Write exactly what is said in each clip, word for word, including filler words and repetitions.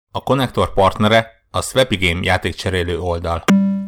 A konnektor partnere a Swapy-Game játékcserélő oldal.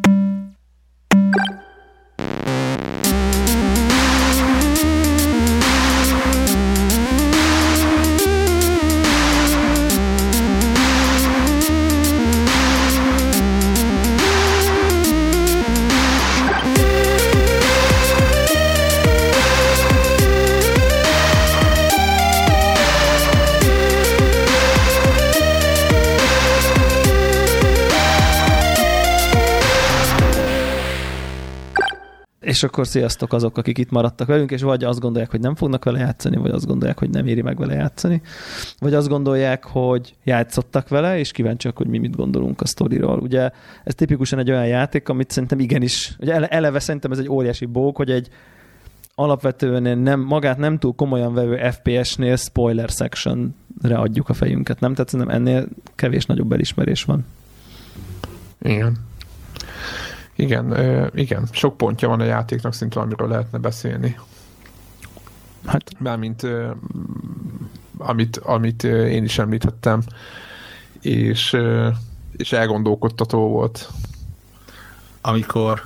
És akkor sziasztok azok, akik itt maradtak velünk, és vagy azt gondolják, hogy nem fognak vele játszani, vagy azt gondolják, hogy nem éri meg vele játszani, vagy azt gondolják, hogy játszottak vele, és kíváncsiak, hogy mi mit gondolunk a sztoriról. Ugye ez tipikusan egy olyan játék, amit szerintem igenis, ugye eleve szerintem ez egy óriási bók, hogy egy alapvetően nem, magát nem túl komolyan vevő ef pé es-nél spoiler sectionre adjuk a fejünket, nem? Tehát szerintem ennél kevés nagyobb elismerés van. Igen. Igen, ö, igen, sok pontja van a játéknak, szinte amiről lehetne beszélni. Hát, mármint ö, amit, amit ö, én is említhettem, és, ö, és elgondolkodtató volt. Amikor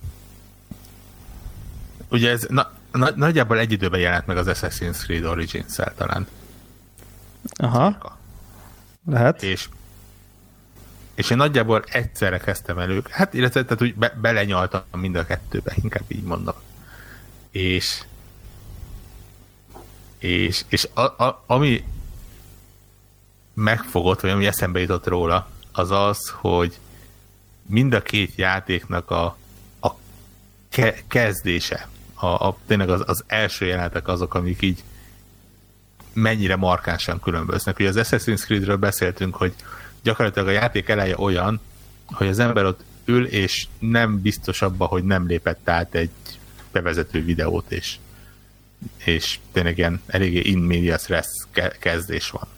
ugye ez na, na, nagyjából egy időben jelent meg az Assassin's Creed Origins-szel talán. Aha. Lehet. És És én nagyjából egyszerre kezdtem elő, hát illetve tehát úgy be, belenyaltam mind a kettőbe, inkább így mondom. És és, és a, a, ami megfogott, vagy ami eszembe jutott róla, az az, hogy mind a két játéknak a, a ke, kezdése, a, a, tényleg az, az első jelenetek azok, amik így mennyire markánsan különböznek. Ugye az Assassin's Creedről beszéltünk, hogy gyakorlatilag a játék eleje olyan, hogy az ember ott ül, és nem biztos abban, hogy nem lépett át egy bevezető videót, és, és tényleg ilyen eléggé in medias res kezdés van.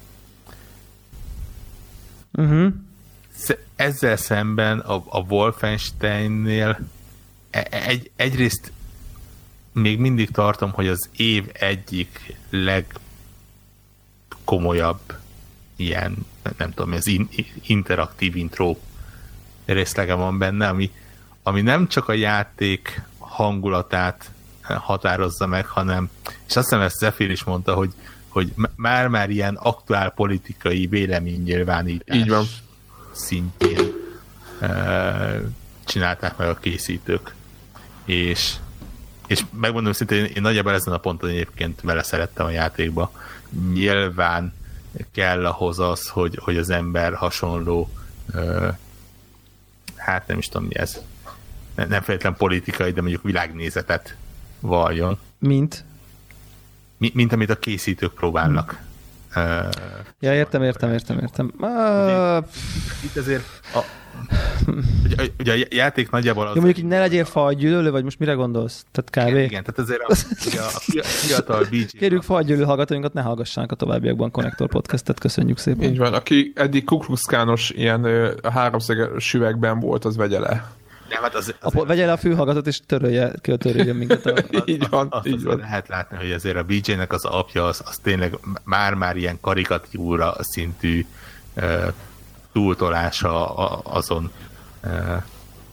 Uh-huh. Ezzel szemben a, a Wolfensteinnél egy, egyrészt még mindig tartom, hogy az év egyik legkomolyabb ilyen, nem tudom, ez in, interaktív intro részlege van benne, ami, ami nem csak a játék hangulatát határozza meg, hanem, és azt hiszem ezt Zephyr is mondta, hogy, hogy már-már ilyen aktuál politikai véleménynyilvánítás így van. Szintjén uh, csinálták meg a készítők. És, és megmondom szintén, én nagyjából ezen a ponton egyébként vele szerettem a játékba. Nyilván kell ahhoz az, hogy, hogy az ember hasonló uh, hát nem is tudom mi ez. Nem feltétlenül politikai, de mondjuk világnézetet valljon. Mint? Mi, mint amit a készítők próbálnak. Hmm. Uh, ja, értem, értem, értem, értem. Uh, itt azért a, ugye, ugye a játék nagyjából az... Jó, mondjuk így ne legyél fajgyűlölő, vagy most mire gondolsz? Tehát kb. Igen, igen, tehát azért a, ugye a fiatal bé jé... Kérjük fajgyűlölő hallgatóinkat, ne hallgassanak a továbbiakban Konnektor Podcastet, köszönjük szépen. Így van, aki eddig kukluxkános ilyen uh, háromszöges üvegben volt, az vegye le. Nem, hát az, az, vegye le a fülhallgatót, és törölje, törölje minket. A, a, így van, azt így van. Lehet látni, hogy azért a bé jének az apja, az, az tényleg már-már ilyen karikatúra szintű uh, túltolása azon uh,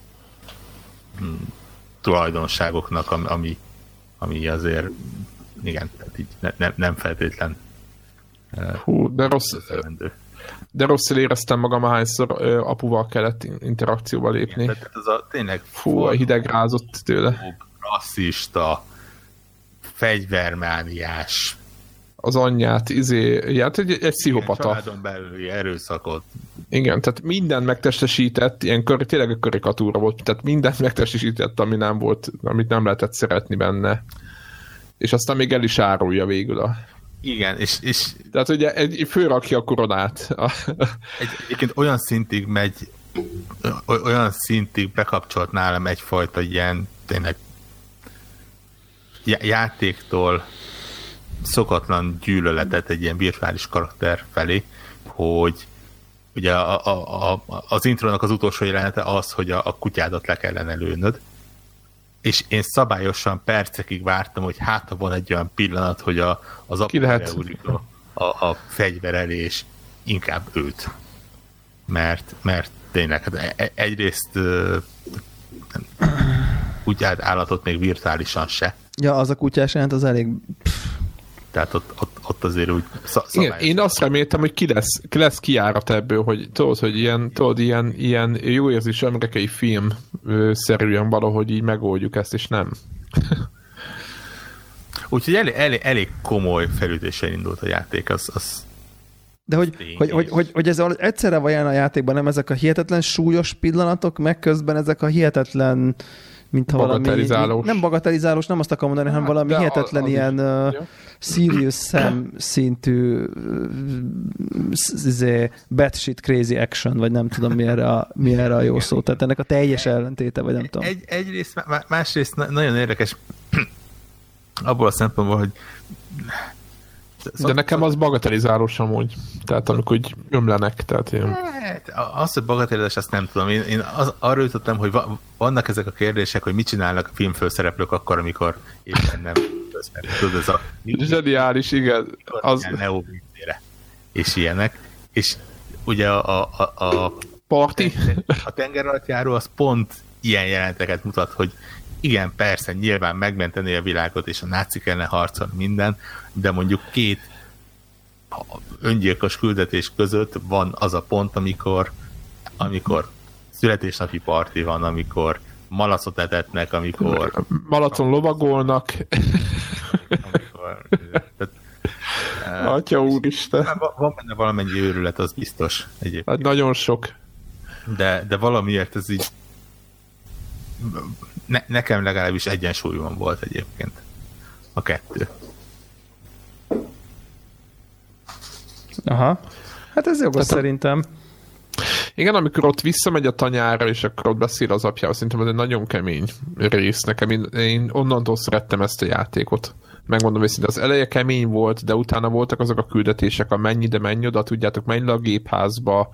tulajdonságoknak, ami, ami azért igen, tehát így ne, ne, nem feltétlen uh, Hú, de rossz, de rosszul éreztem magam, ahányszor uh, apuval kellett interakcióba lépni. Igen, tehát az a tényleg Fú, a hideg rázott tőle. Rasszista, fegyvermániás, az anyját, izé, hát egy, egy pszichopata. Családon belüli erőszakot. Igen, tehát mindent megtestesített, ilyen kör, tényleg a karikatúra volt, tehát mindent megtestesített, ami nem volt, amit nem lehetett szeretni benne. És aztán még el is árulja végül a... Igen, és... és tehát ugye egy, főrakja a koronát. egy, egyébként olyan szintig megy, olyan szintig bekapcsolt nálam egyfajta ilyen tényleg játéktól szokatlan gyűlöletet egy ilyen virtuális karakter felé, hogy ugye a, a, a, az intrónak az utolsó jelenete az, hogy a, a kutyádat le kellene lőnöd, és én szabályosan percekig vártam, hogy hát van egy olyan pillanat, hogy a, az apu leúrik a, a, a fegyver elé, és inkább őt mert, mert tényleg, hát egyrészt kutyát, állatot még virtuálisan se. Ja, az a kutyás jelent, az elég... Tehát ott, ott, ott azért úgy szab- Igen, én azt reméltem, hogy ki lesz, ki lesz kijárat ebből, hogy tudod, hogy ilyen, tudod, ilyen, ilyen jó érzés amerikai film szerűen valahogy így megoldjuk ezt, és nem. Úgyhogy elég, elég, elég komoly felütéssel indult a játék, az, az de hogy, hogy, hogy, hogy, hogy ez egyszerre van jelen a játékban, nem ezek a hihetetlen súlyos pillanatok, meg közben ezek a hihetetlen, mintha valami... Nem bagatelizálós, nem azt akarom mondani, hanem valami hihetetlen az ilyen uh, Serious Sam szintű uh, batshit crazy action, vagy nem tudom mi erre, a, mi erre a jó szó. Tehát ennek a teljes ellentéte, vagy nem tudom. Egy, egyrészt, másrészt nagyon érdekes abból a szempontból, hogy de nekem az bagatelizálós amúgy. Tehát amikor úgy ömlenek. Tehát én... Az, hogy bagatelizálós, azt nem tudom. Én, én az, arra jutottam, hogy va, vannak ezek a kérdések, hogy mit csinálnak a filmfőszereplők akkor, amikor éppen nem tudod, ez a... Zseniális, igen. Az... És ilyenek. És ugye a, a, a, a Party? A tengeralattjáró az pont ilyen jelenteket mutat, hogy igen, persze, nyilván megmenteni a világot, és a nácik ellen harcol minden, de mondjuk két öngyilkos küldetés között van az a pont, amikor, amikor születésnapi parti van, amikor malacot etetnek, amikor... Malacon lovagolnak. Amikor... Tehát, Atya úristen. Van benne valamennyi őrület, az biztos egyébként. Hát nagyon sok. De, de valamiért ez így ne, nekem legalábbis egyensúlyban volt egyébként a kettő. Aha. Hát ez jogos szerintem. Igen, amikor ott visszamegy a tanyára, és akkor ott beszél az apjával, szerintem ez egy nagyon kemény rész nekem. Én, én onnantól szerettem ezt a játékot. Megmondom őszintén, az eleje kemény volt, de utána voltak azok a küldetések, a menj ide, menj oda, tudjátok, menj le a gépházba,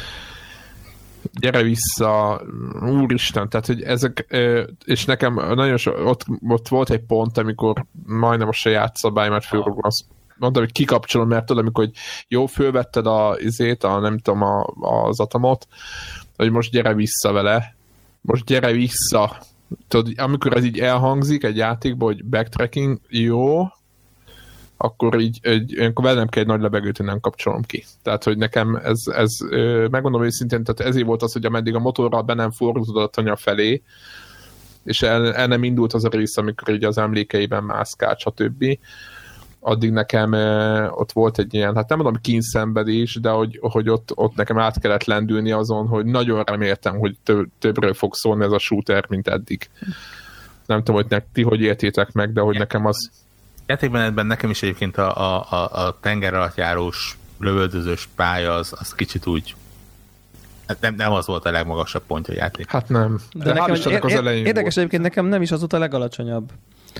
gyere vissza, úristen, tehát, hogy ezek, és nekem nagyon so, ott, ott volt egy pont, amikor majdnem a saját szabályomat fölrugom, azt mondtam, hogy kikapcsolom, mert tudod, amikor hogy jó, fölvetted a izét, a, nem tudom, a, az atomot, hogy most gyere vissza vele, most gyere vissza. Tudod, amikor ez így elhangzik egy játékban, hogy backtracking, jó, akkor így, egy, akkor velem kell egy nagy lebegőt, én nem kapcsolom ki. Tehát, hogy nekem ez, ez megmondom őszintén, tehát ezért volt az, hogy ameddig a motorral be nem fordult a tanya felé, és el, el nem indult az a rész, amikor így az emlékeiben mászkált, stb. Addig nekem ott volt egy ilyen, hát nem mondom kínszenvedés, de hogy, hogy ott, ott nekem át kellett lendülni azon, hogy nagyon reméltem, hogy több, többről fog szólni ez a shooter, mint eddig. Nem tudom, hogy ne, ti hogy értétek meg, de hogy nekem az... Játékmenetben nekem is egyébként a, a, a tengeralattjárós lövöldözős pálya az, az kicsit úgy nem, nem az volt a legmagasabb pontja a játék. Hát nem. De, de nekem ér, az elején érdekes volt. Egyébként nekem nem is az volt a legalacsonyabb.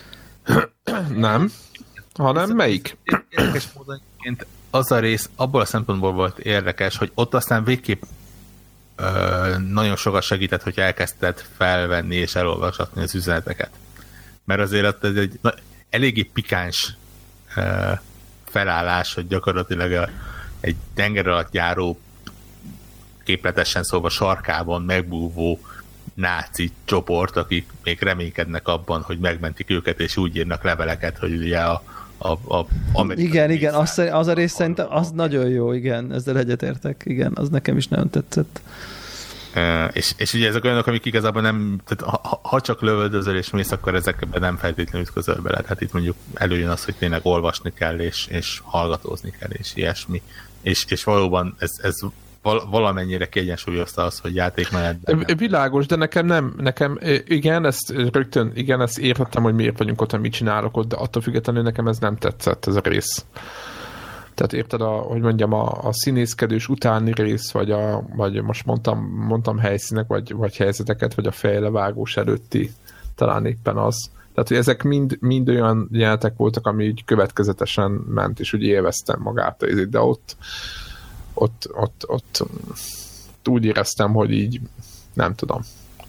Nem? Hanem melyik? Érdekes módon egyébként az a rész abból a szempontból volt érdekes, hogy ott aztán végképp ö, nagyon sokat segített, hogy elkezdted felvenni és elolvasatni az üzeneteket. Mert azért ez egy na, eléggé pikáns ö, felállás, hogy gyakorlatilag a, egy tenger alatt járó képletesen szóval sarkában megbúvó náci csoport, akik még reménykednek abban, hogy megmentik őket, és úgy írnak leveleket, hogy ugye a, a, a amerikai... Igen, igen, az, az a rész szerintem az nagyon jó, igen, ezzel egyetértek, igen, az nekem is nagyon tetszett. Uh, és, és ugye ezek olyanok, amik igazából nem, tehát ha, ha csak lövöldözöl és mész, akkor ezekben nem feltétlenül ütközöl bele. Tehát itt mondjuk előjön az, hogy tényleg olvasni kell, és, és hallgatózni kell, és ilyesmi. És, és valóban ez, ez valamennyire kiegyensúlyozta az, hogy játékmenetben... Világos, de nekem nem, nekem igen, ezt rögtön, igen, ezt értettem, hogy miért vagyunk ott, mit csinálok ott, de attól függetlenül nekem ez nem tetszett, ez a rész. Tehát érted, a, hogy mondjam, a, a színészkedős utáni rész, vagy, a, vagy most mondtam, mondtam helyszínek, vagy, vagy helyzeteket, vagy a fejlevágós előtti, talán éppen az. Tehát, hogy ezek mind, mind olyan jelenetek voltak, ami így következetesen ment, és úgy élveztem magát, de ott Ott, ott, ott úgy éreztem, hogy így nem tudom.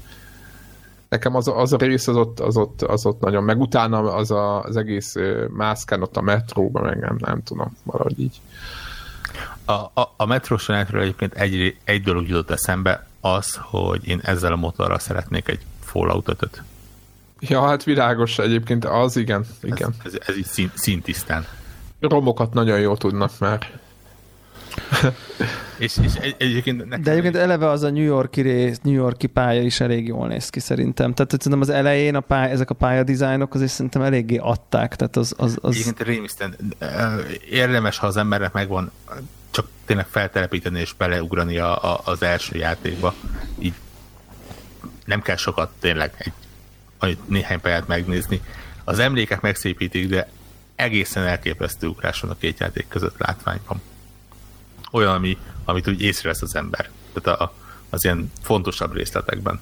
Nekem az, az a rész az ott, az, ott, az ott nagyon, meg utána az a, az egész mászkán ott a metróban, meg nem, nem tudom, valahogy így. A, a, a Metro Sonatról egyébként egy, egy dolog jutott eszembe, az, hogy én ezzel a motorral szeretnék egy Fallout ötöt. Ja, hát világos egyébként, az igen. igen. Ez, ez, ez így szín, színtisztán. Romokat nagyon jól tudnak már. és, és egy, egyébként nekem De egyébként eleve az a New Yorki rész, New Yorki pálya is elég jól néz ki szerintem. Tehát szerintem az elején a pálya, ezek a pályadizájnok azért szerintem eléggé adták. Tehát az, az, az... Egyébként rémisztően érdemes, ha az embernek megvan, csak tényleg feltelepíteni és beleugrani a, a, az első játékba. Így nem kell sokat tényleg egy, néhány pályát megnézni. Az emlékek megszépítik, de egészen elképesztő ugrás van a két játék között látványban. Olyan, ami, amit úgy észrevesz az ember. Tehát a, az ilyen fontosabb részletekben.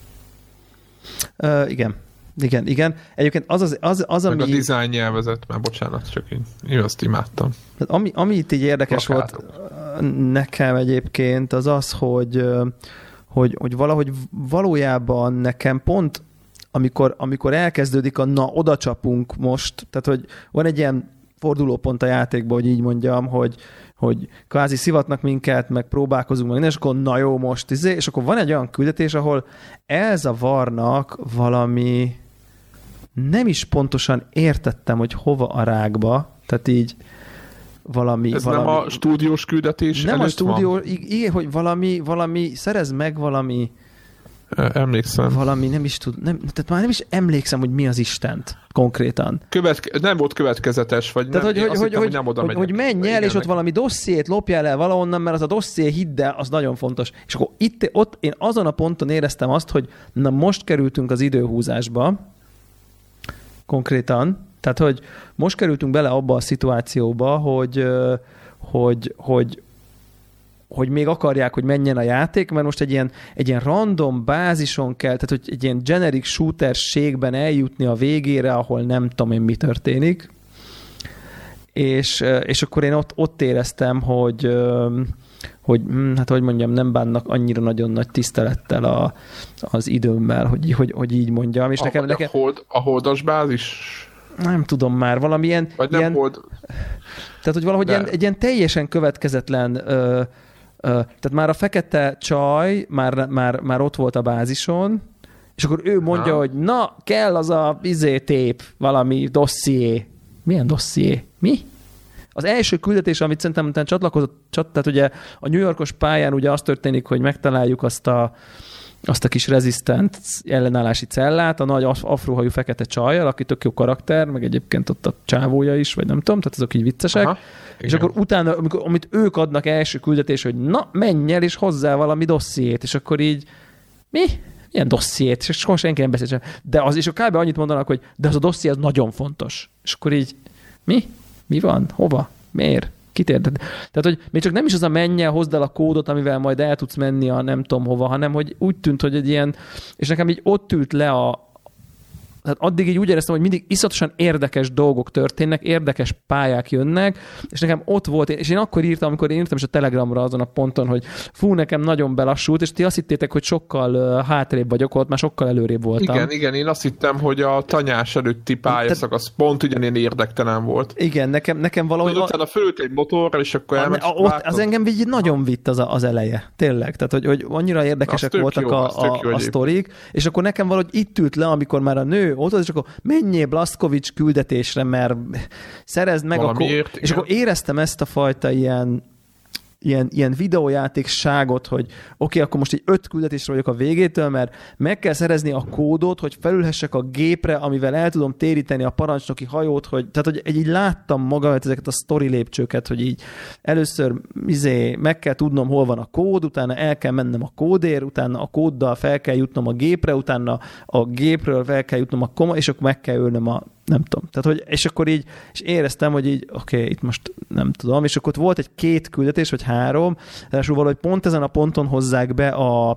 Uh, igen. Igen, igen. Egyébként az, az, az, az meg ami... a design nyelvezet, már bocsánat, csak én, én azt imádtam. Ami, ami itt így érdekes Plakátok. volt nekem egyébként, az az, hogy, hogy, hogy valahogy valójában nekem pont, amikor, amikor elkezdődik a na, oda csapunk most, tehát hogy van egy ilyen fordulópont a játékban, hogy így mondjam, hogy, hogy kvázi szivatnak minket, meg próbálkozunk meg, és akkor na jó, most izé, és akkor van egy olyan küldetés, ahol elzavarnak valami, nem is pontosan értettem, hogy hova a rákba, tehát így valami... Ez valami, nem a stúdiós küldetés nem a stúdió, van? Igen, hogy valami, valami, szerez meg valami Emlékszem. Valami, nem is tud, nem, tehát már nem is emlékszem, hogy mi az Istent konkrétan. Követke, nem volt következetes, vagy tehát, nem, hogy, hogy, hittem, hogy, nem oda hogy, hogy menj el, és ott valami dossziét lopjál el valahonnan, mert az a dosszié, hidd el, az nagyon fontos. És akkor itt, ott én azon a ponton éreztem azt, hogy na most kerültünk az időhúzásba, konkrétan, tehát, hogy most kerültünk bele abba a szituációba, hogy, hogy, hogy hogy még akarják, hogy menjen a játék, mert most egy ilyen, egy ilyen random bázison kell, tehát hogy egy ilyen generic shooterségben eljutni a végére, ahol nem tudom én mi történik. És, és akkor én ott, ott éreztem, hogy, hogy hát hogy mondjam, nem bánnak annyira nagyon nagy tisztelettel a, az időmmel, hogy, hogy, hogy így mondjam. És a, nekem, a, nekem, hold, a holdas bázis? Nem tudom már, valami ilyen... Vagy nem ilyen, hold... Tehát, hogy valahogy ilyen, egy ilyen teljesen következetlen... Ö, tehát már a fekete csaj már, már, már ott volt a bázison, és akkor ő mondja, ha. hogy na, kell az a izé tép, valami dosszié. Milyen dosszié? Mi? Az első küldetés, amit szerintem utána csatlakozott, csat, tehát ugye a New Yorkos pályán ugye az történik, hogy megtaláljuk azt a, azt a kis resistant ellenállási cellát, a nagy afróhajú fekete csajjal, aki tök jó karakter, meg egyébként ott a csávója is, vagy nem tudom, tehát azok így viccesek. Aha. És igen. Akkor utána, amikor, amit ők adnak első küldetés, hogy na, menj el, és hozzá valami dossziét, és akkor így, mi? Milyen dossziét? És soha senki nem beszél sem. De az, és a kb. Annyit mondanak, hogy de az a dosszié az nagyon fontos. És akkor így, mi? Mi van? Hova? Miért? Kit érted? Tehát, hogy még csak nem is az a menj el, hozd el a kódot, amivel majd el tudsz menni a nem tudom hova, hanem, hogy úgy tűnt, hogy egy ilyen, és nekem így ott ült le a tehát addig így úgy éreztem, hogy mindig iszonyatosan érdekes dolgok történnek, érdekes pályák jönnek, és nekem ott volt, és én akkor írtam, amikor én írtam is a Telegramra azon a ponton, hogy fú, nekem nagyon belassult, és ti azt hittétek, hogy sokkal uh, hátrébb vagyok ott, már sokkal előrébb voltam. Igen, igen, én azt hittem, hogy a tanyás előtti pályaszakasz pont ugyanilyen érdektelen volt. Igen, nekem, nekem valahogy... Hogy utána fölült egy motorral, és akkor elmegy. Az engem így nagyon vitt az, a, az eleje, tényleg. Tehát, hogy, hogy annyira érdekesek voltak jó, a, a, a sztorik, és akkor nekem valahogy itt ült le, amikor már a nő ott az, és akkor menjél Blaszkovics küldetésre, mert szerezd meg valamiért, a... Ko- és akkor éreztem ezt a fajta ilyen ilyen, ilyen videójátékságot, hogy oké, okay, akkor most egy öt küldetésre vagyok a végétől, mert meg kell szerezni a kódot, hogy felülhessek a gépre, amivel el tudom téríteni a parancsnoki hajót, hogy, tehát hogy így láttam magam ezeket a sztori lépcsőket, hogy így először izé, meg kell tudnom, hol van a kód, utána el kell mennem a kódért, utána a kóddal fel kell jutnom a gépre, utána a gépről fel kell jutnom a koma, és akkor meg kell ölnöm a nem tudom. Tehát, hogy, és akkor így, és éreztem, hogy így, oké, okay, itt most nem tudom, és akkor volt egy két küldetés, vagy három, ráadásul valahogy pont ezen a ponton hozzák be a,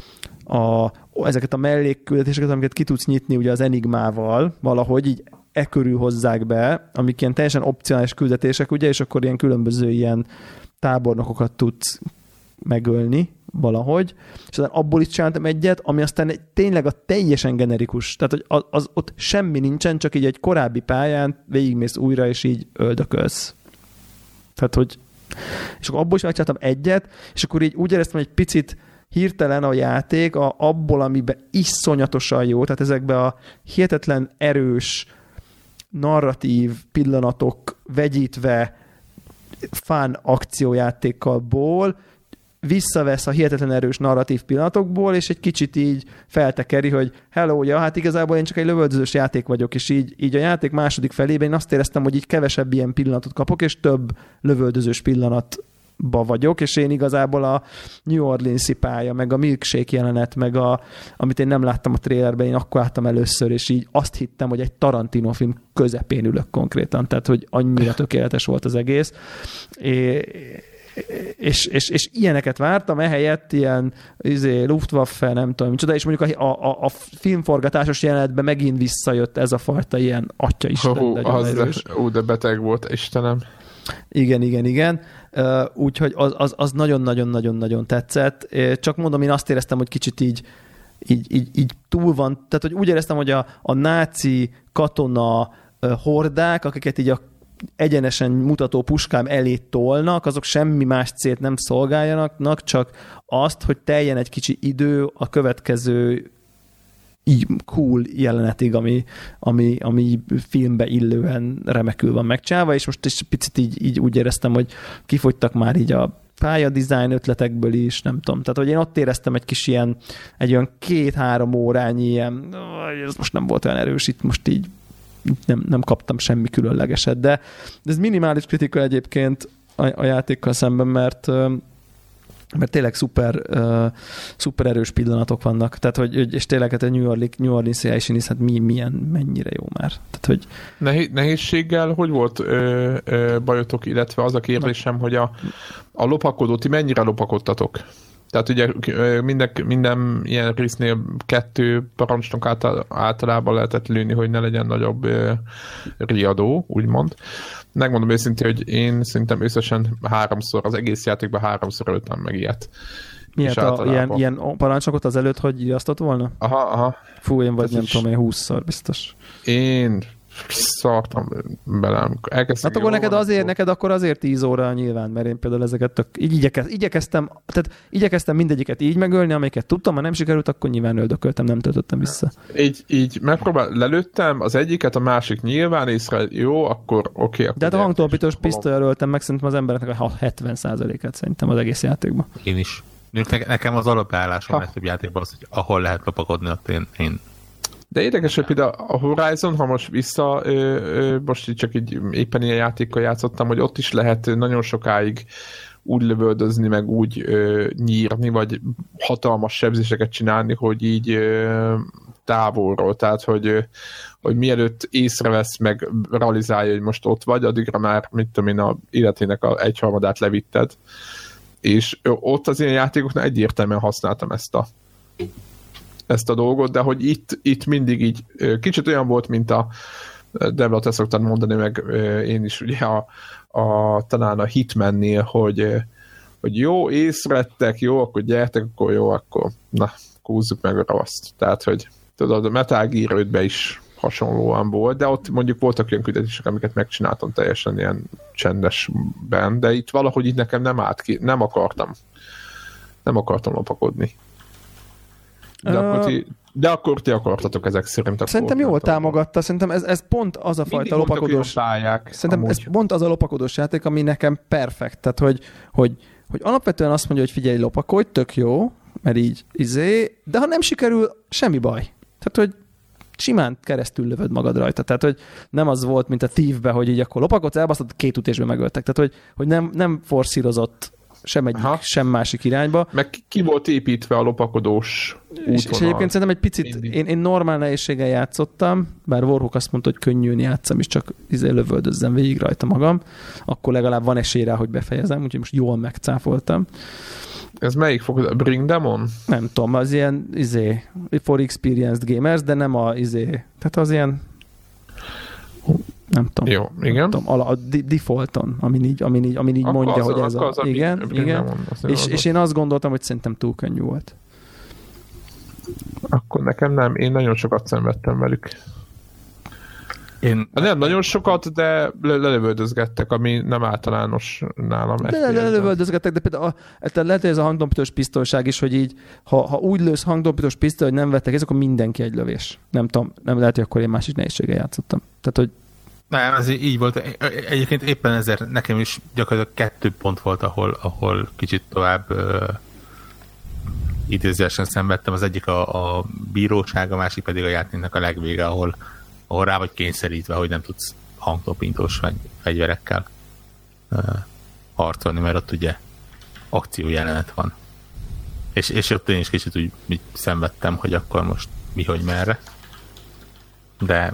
a, ezeket a mellékküldetéseket, amiket ki tudsz nyitni ugye az Enigmával, valahogy így e körül hozzák be, amik ilyen teljesen opcionális küldetések, ugye, és akkor ilyen különböző ilyen tábornokokat tudsz megölni valahogy, és aztán abból is csináltam egyet, ami aztán egy, tényleg a teljesen generikus, tehát hogy az, az ott semmi nincsen, csak így egy korábbi pályán végigmész újra, és így öldökölsz. Tehát, hogy És akkor abból is megcsináltam egyet, és akkor így úgy éreztem, hogy egy picit hirtelen a játék a, abból, amiben iszonyatosan jó, tehát ezekben a hihetetlen erős narratív pillanatok vegyítve fun akciójátékalból visszavesz a hihetetlen erős narratív pillanatokból, és egy kicsit így feltekeri, hogy hello, ja, hát igazából én csak egy lövöldözős játék vagyok, és így, így a játék második felében én azt éreztem, hogy így kevesebb ilyen pillanatot kapok, és több lövöldözős pillanatba vagyok, és én igazából a New Orleans-i pálya, meg a milkshake jelenet, meg a, amit én nem láttam a trailerben, én akkor láttam először, és így azt hittem, hogy egy Tarantino film közepén ülök konkrétan, tehát hogy annyira tökéletes volt az egész. É, És, és, és ilyeneket vártam, ehelyett ilyen izé, Luftwaffe, nem tudom, micsoda, és mondjuk a, a, a filmforgatásos jelenetben megint visszajött ez a fajta ilyen atyaisten, oh, de az erős. de, ó, de beteg volt, Istenem. Igen, igen, igen. Uh, úgyhogy az, az, az nagyon-nagyon-nagyon-nagyon tetszett. Csak mondom, én azt éreztem, hogy kicsit így, így, így, így túl van, tehát hogy úgy éreztem, hogy a, a náci katona uh, hordák, akiket így a egyenesen mutató puskám elé tolnak, azok semmi más célt nem szolgáljanak, csak azt, hogy teljen egy kicsi idő a következő így cool jelenetig, ami, ami, ami filmbe illően remekül van megcsinálva, és most is picit így, így úgy éreztem, hogy kifogytak már így a pályadizájn ötletekből is, nem tudom. Tehát, hogy én ott éreztem egy kis ilyen, egy olyan két-három órányi ilyen, ez most nem volt olyan erős, itt most így Nem, nem kaptam semmi különlegeset, de, de ez minimális kritika egyébként a, a játékkal szemben, mert, mert tényleg szuper, uh, szuper erős pillanatok vannak, tehát, hogy, és tényleg hát a New Orleans, New Orleans helyszín is, hát mi, milyen, mennyire jó már. Tehát, hogy... Nehéz, nehézséggel hogy volt ö, ö, bajotok, illetve az a kérdésem, hogy a, a lopakodó, ti mennyire lopakodtatok? Tehát ugye minden, minden ilyen résznél kettő parancsnok által, általában lehetett lőni, hogy ne legyen nagyobb uh, riadó, úgymond. Megmondom őszintén, hogy én szerintem összesen háromszor, az egész játékban háromszor öltem meg ilyet. Miért a, ilyen, ilyen parancsnokot az előtt, hogy írasztott volna? Aha, aha. Fú, én vagy Ez nem is... tudom, én húszszor biztos. Én szartam bele. Hát akkor neked azért, akkor... neked akkor azért tíz óra nyilván, mert én például ezeket tök, így igyekez, igyekeztem, tehát igyekeztem mindegyiket így megölni, amiket tudtam, ha nem sikerült, akkor nyilván öldököltem, nem töltöttem vissza. Így, így megpróbál, lelőttem az egyiket, a másik nyilván észre, jó, akkor oké. Okay, de hát a hangtolpítós pisztolyra öltem meg szerintem az embereknek a hetven százalékát szerintem az egész játékban. Én is. Nekem az alapállásom a legtöbb játékban az, hogy ahol lehet lopakodni, ott én, én de érdekes, hogy például a Horizon, ha most vissza, ö, ö, most így csak így éppen ilyen játékkal játszottam, hogy ott is lehet nagyon sokáig úgy lövöldözni, meg úgy ö, nyírni, vagy hatalmas sebzéseket csinálni, hogy így ö, távolról, tehát hogy, ö, hogy mielőtt észrevesz, meg realizálja, hogy most ott vagy, addigra már, mit tudom én, a életének a egyharmadát levitted. És ö, ott az ilyen játékoknál egyértelműen használtam ezt a ezt a dolgot, de hogy itt, itt mindig így kicsit olyan volt, mint a Debla, te szoktad mondani, meg én is ugye a, a talán a Hitmannél, hogy, hogy jó, észrettek, jó, akkor gyertek, akkor jó, akkor na, húzzuk meg a ravaszt. Tehát, hogy tudod, a Metal Gear ötben is hasonlóan volt, de ott mondjuk voltak olyan küldetések, amiket megcsináltam teljesen ilyen csendesben, de itt valahogy itt nekem nem állt ki, nem akartam. Nem akartam lopakodni. De, uh, akkor ti, de akkor ti akartatok ezek szerint. Szerintem jól támogatta, szerintem ez, ez pont az a fajta lopakodós pályák. Szerintem amúgy. Ez pont az a lopakodós játék, ami nekem perfekt. Tehát, hogy, hogy, hogy alapvetően azt mondja, hogy figyelj, lopakodj, tök jó, mert így izé, de ha nem sikerül, semmi baj. Tehát, hogy simán keresztül lövöd magad rajta. Tehát, hogy nem az volt, mint a Thiefbe, hogy így akkor lopakodsz, elbasztod, két ütésben megöltek. Tehát, hogy, hogy nem, nem forszírozott sem egyik, Aha. sem másik irányba. Meg ki volt építve a lopakodós útvonal. És, és egyébként szerintem egy picit, én, én normál nehézséggel játszottam, bár Warhawk azt mondta, hogy könnyűn játszam, és csak izé lövöldözzem végig rajta magam, akkor legalább van esély rá, hogy befejezem, úgyhogy most jól megcáfoltam. Ez melyik fog? Bring them on? Nem tudom, az ilyen izé, for experienced gamers, de nem a izé, tehát az ilyen nem tudom. Jó, igen. Tudom, a, a defaulton, amin így, amin így, amin így mondja, az, hogy ez a... Az, igen, igen. Mond, és, és én azt gondoltam, hogy szerintem túl könnyű volt. Akkor nekem nem. Én nagyon sokat szenvedtem velük. Én... Nem nagyon sokat, de lelövöldözgettek, ami nem általános nálam. De lelövöldözgettek, de például a, lehet, hogy ez a hangdompítós pisztolyság is, hogy így, ha, ha úgy lősz hangdompítós pisztoly, hogy nem vettek ez, akkor mindenki egy lövés. Nem tudom, nem lehet, hogy akkor én másik nehézséggel játszottam. Tehát, hogy nem, ez így volt. Egyébként éppen ezért nekem is gyakorlatilag kettő pont volt, ahol, ahol kicsit tovább uh, idézősen szenvedtem. Az egyik a, a bíróság, a másik pedig a játéknak a legvége, ahol, ahol rá vagy kényszerítve, hogy nem tudsz hangtopintós fegyverekkel uh, harcolni, mert ott ugye akciójelenet van. És, és ott én is kicsit úgy szenvedtem, hogy akkor most mi, hogy merre. De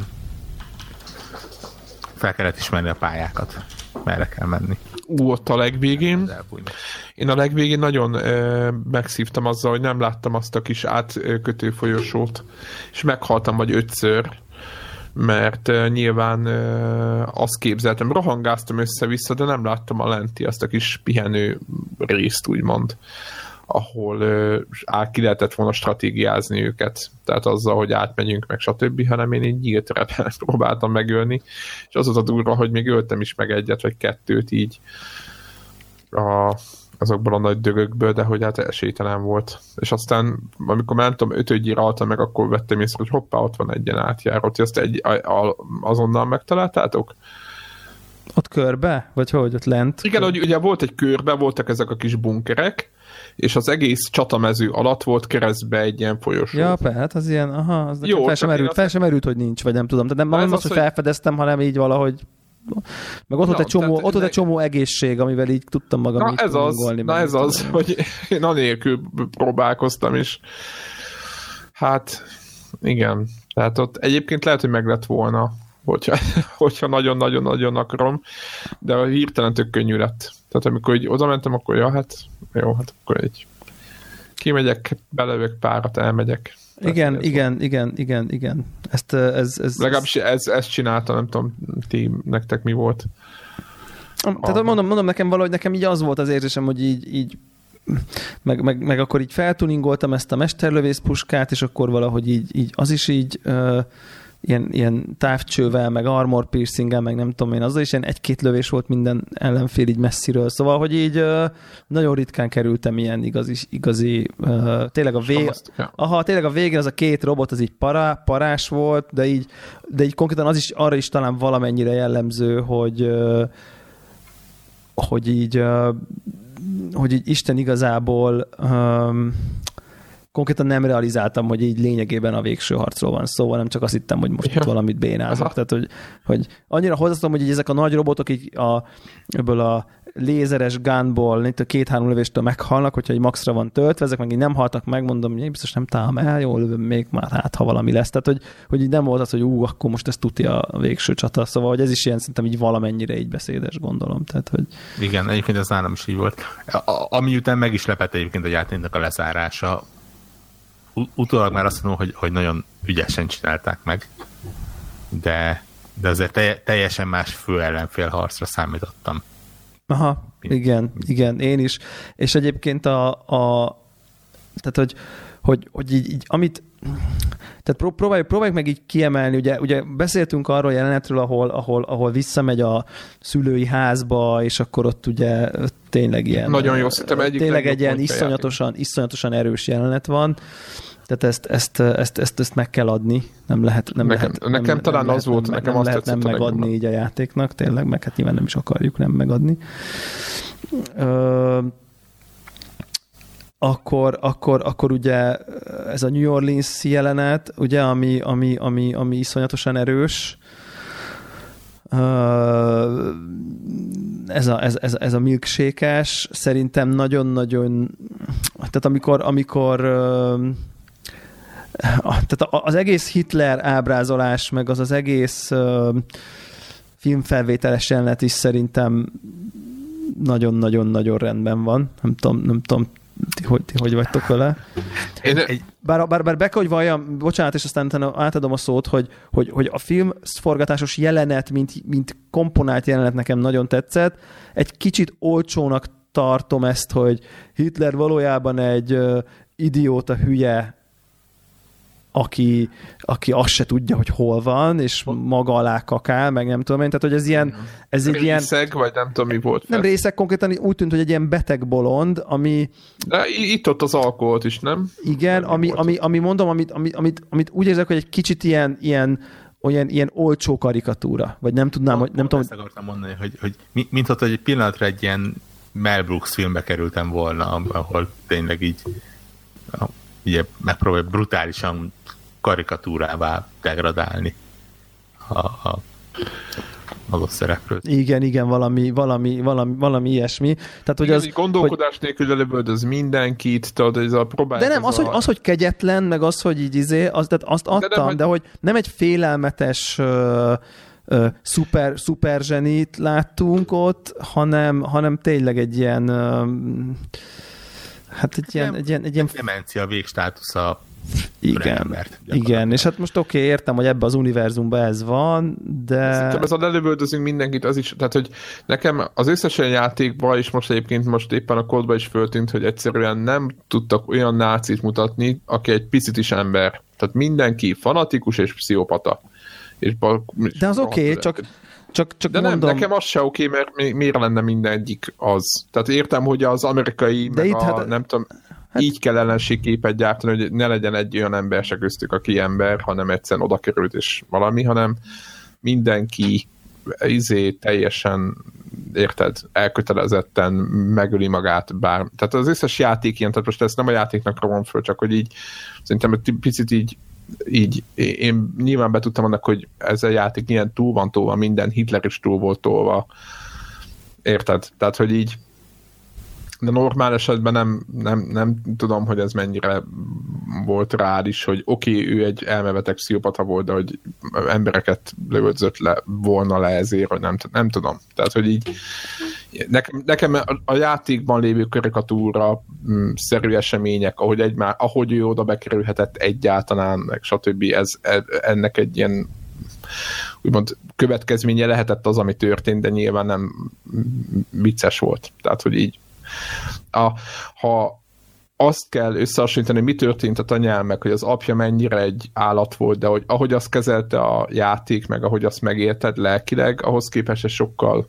fel kellett ismerni a pályákat, merre kell menni. Ú, ott a legvégén. Én a legvégén nagyon ö, megszívtam azzal, hogy nem láttam azt a kis átkötő folyosót, és meghaltam vagy ötször, mert ö, nyilván ö, azt képzeltem, rohangáztam össze-vissza, de nem láttam a lenti, azt a kis pihenő részt, úgymond, ahol ö, át ki lehetett volna stratégiázni őket. Tehát azzal, hogy átmegyünk meg, stb., hanem én így nyílt terepen próbáltam megölni, és az az a durva, hogy még öltem is meg egyet, vagy kettőt így a, azokból a nagy dögökből, de hogy hát esélytelen volt. És aztán, amikor már nem tudom, ötödjére altam meg, akkor vettem észre, hogy hoppá, ott van egy ilyen átjáró. Ti azt egy, a, a, azonnal megtaláltátok? Ott körbe? Vagy hogy ott lent? Igen, hogy ugye volt egy körbe, voltak ezek a kis bunkerek, és az egész csatamező alatt volt keresztbe egy ilyen folyosó. Ja, hát az ilyen, aha, az jó, fel sem merült, fel sem merült, hogy nincs, vagy nem tudom. Tehát nem, nem az, hogy felfedeztem, hanem így valahogy meg ott volt egy csomó, ott volt egy csomó egészség, amivel így tudtam magam na így ez az, na ez az, tudom. Hogy én anélkül próbálkoztam is. Hát, igen. Tehát ott egyébként lehet, hogy meg lett volna, hogyha, hogyha nagyon-nagyon-nagyon akarom, de hirtelen tök könnyű lett. Tehát amikor így oda mentem, akkor ja, hát jó, hát akkor így kimegyek, belövök párat, elmegyek. Igen, igen, igen, igen, igen. Ezt, ez, ez, legalábbis ez, ezt csinálta, nem tudom, ti, nektek mi volt? Tehát mondom, mondom, nekem valahogy nekem így az volt az érzésem, hogy így, így meg, meg, meg akkor így feltuningoltam ezt a mesterlövész puskát, és akkor valahogy így, így az is így uh, ilyen, ilyen távcsővel, meg armor piercinggel, meg nem tudom én, azzal is ilyen egy-két lövés volt minden ellenfél így messziről, szóval, hogy így uh, nagyon ritkán kerültem ilyen igazi, igazi uh, tényleg a vég, aha, tényleg a végén az a két robot, az így para, parás volt, de így, de így konkrétan az is arra is talán valamennyire jellemző, hogy uh, hogy így uh, hogy így Isten igazából um, konkrétan nem realizáltam, hogy így lényegében a végső harcról van szó, nem csak azt hittem, hogy most ja. itt valamit bénázok. Tehát, hogy, hogy annyira hozzasztom, hogy így ezek a nagy robotok így a, ebből a lézeres gunból, itt a két-három lövéstől meghalnak, hogyha egy maxra van töltve, ezek meg így nem haltak meg, mondom, hogy én biztos nem találom el, jól lövöm még már, hát ha valami lesz. Tehát, hogy, hogy így nem volt az, hogy ú, akkor most ez tuti a végső csata. Szóval, hogy ez is ilyen szerintem így valamennyire így beszédes, gondolom. Tehát, hogy... Igen, egyébként ez nálam is így volt. A, ami után meg is lepett egyébként a játéknak a lezárása. Utólag már azt mondom, hogy, hogy nagyon ügyesen csinálták meg, de, de azért te, teljesen más fő ellenfél harcra számítottam. Aha, igen, igen, én is. És egyébként a, a tehát, hogy, hogy, hogy így, így, amit tehát próbáljuk, próbáljuk meg így kiemelni, ugye, ugye beszéltünk arról jelenetről, ahol, ahol, ahol visszamegy a szülői házba, és akkor ott ugye tényleg ilyen... Nagyon jó, szerintem egyik tényleg egy ilyen iszonyatosan, iszonyatosan erős jelenet van. Tehát ezt, ezt, ezt, ezt, ezt meg kell adni, nem lehet... Nem nekem lehet, nekem nem, talán nem az volt, nem, nekem nem azt lehet nem megadni így a játéknak, tényleg, meg hát nyilván nem is akarjuk nem megadni. Ö, akkor, akkor, akkor ugye ez a New Orleans jelenet, ugye, ami, ami, ami, ami iszonyatosan erős, ez a, ez, ez, ez a milkshake-es, szerintem nagyon-nagyon, tehát amikor, amikor tehát az egész Hitler ábrázolás, meg az az egész filmfelvételes jelenet is szerintem nagyon-nagyon-nagyon rendben van. Nem tudom, nem tudom ti hogy, ti hogy vagytok vele. Én... Bár, bár, bár be kell, hogy valljam, bocsánat, és aztán átadom a szót, hogy, hogy, hogy a filmforgatásos jelenet, mint, mint komponált jelenet nekem nagyon tetszett. Egy kicsit olcsónak tartom ezt, hogy Hitler valójában egy uh, idióta hülye aki, aki azt se tudja, hogy hol van, és maga alá kakál, meg nem tudom én, tehát hogy ez ilyen... Ez egy ilyen részeg, vagy nem tudom, mi volt. Nem részeg, konkrétan úgy tűnt, hogy egy ilyen beteg bolond, ami... De itt ott az alkoholt is, nem? Igen, ami, ami, ami mondom, amit, amit, amit, amit úgy érzek, hogy egy kicsit ilyen, ilyen olyan ilyen olcsó karikatúra, vagy nem tudnám, hogy nem tudom... Ezt akartam mondani, hogy, hogy mintha egy pillanatra egy ilyen Mel Brooks filmbe kerültem volna, ahol tényleg így ugye megpróbálja brutálisan karikatúrává degradálni a, a adott szereplőt. Igen, igen, valami, valami, valami, valami ilyesmi. Tehát, hogy igen, az, gondolkodás hogy... nélkül előböldöz mindenkit, tudod, ez a próbál. De nem, az, a... hogy, az, hogy kegyetlen, meg az, hogy így izé, az, tehát azt adtam, de, nem, hogy... de hogy nem egy félelmetes uh, uh, szuper, szuper zsenit láttunk ott, hanem, hanem tényleg egy ilyen uh, hát egy ilyen, egy ilyen, egy ilyen... demencia végstátusza. Igen, embert, igen, és hát most oké, okay, értem, hogy ebbe az univerzumban ez van, de... Szerintem ez a lelövöldözünk mindenkit, az is, tehát hogy nekem az összes olyan játékban, és most egyébként most éppen a kódban is föltűnt, hogy egyszerűen nem tudtak olyan nácit mutatni, aki egy picit is ember. Tehát mindenki fanatikus és pszichopata. És bal, de az oké, okay, csak... Csak, csak de mondom... nem, nekem az se oké, okay, mert miért lenne mindegyik az? Tehát értem, hogy az amerikai, de meg itt, a, hát, nem tudom, hát... így kell ellenségképet gyártani, hogy ne legyen egy olyan ember se köztük, aki ember, hanem egyszerűen oda került és valami, hanem mindenki izé teljesen, érted, elkötelezetten megöli magát bár. Tehát az összes játék ilyen, tehát most ezt nem a játéknak ravom föl, csak hogy így szerintem egy picit így így én nyilván betudtam annak, hogy ez a játék ilyen túl van tolva, minden Hitler is túl volt tolva. Érted? Tehát, hogy így de normál esetben nem, nem, nem tudom, hogy ez mennyire volt rád is, hogy oké, okay, ő egy elmebeteg pszichopata volt, de hogy embereket lövödzött le, volna le ezért, hogy nem, nem tudom. Tehát, hogy így nekem, nekem a játékban lévő karikatúra szerű események, ahogy, egymá, ahogy ő oda bekerülhetett egyáltalán, meg stb. Ez, ennek egy ilyen úgymond következménye lehetett az, ami történt, de nyilván nem vicces volt. Tehát, hogy így A, ha azt kell összehasonlítani, hogy mi történt a tanyán, meg hogy az apja mennyire egy állat volt, de hogy ahogy azt kezelte a játék, meg ahogy azt megérted lelkileg, ahhoz képest sokkal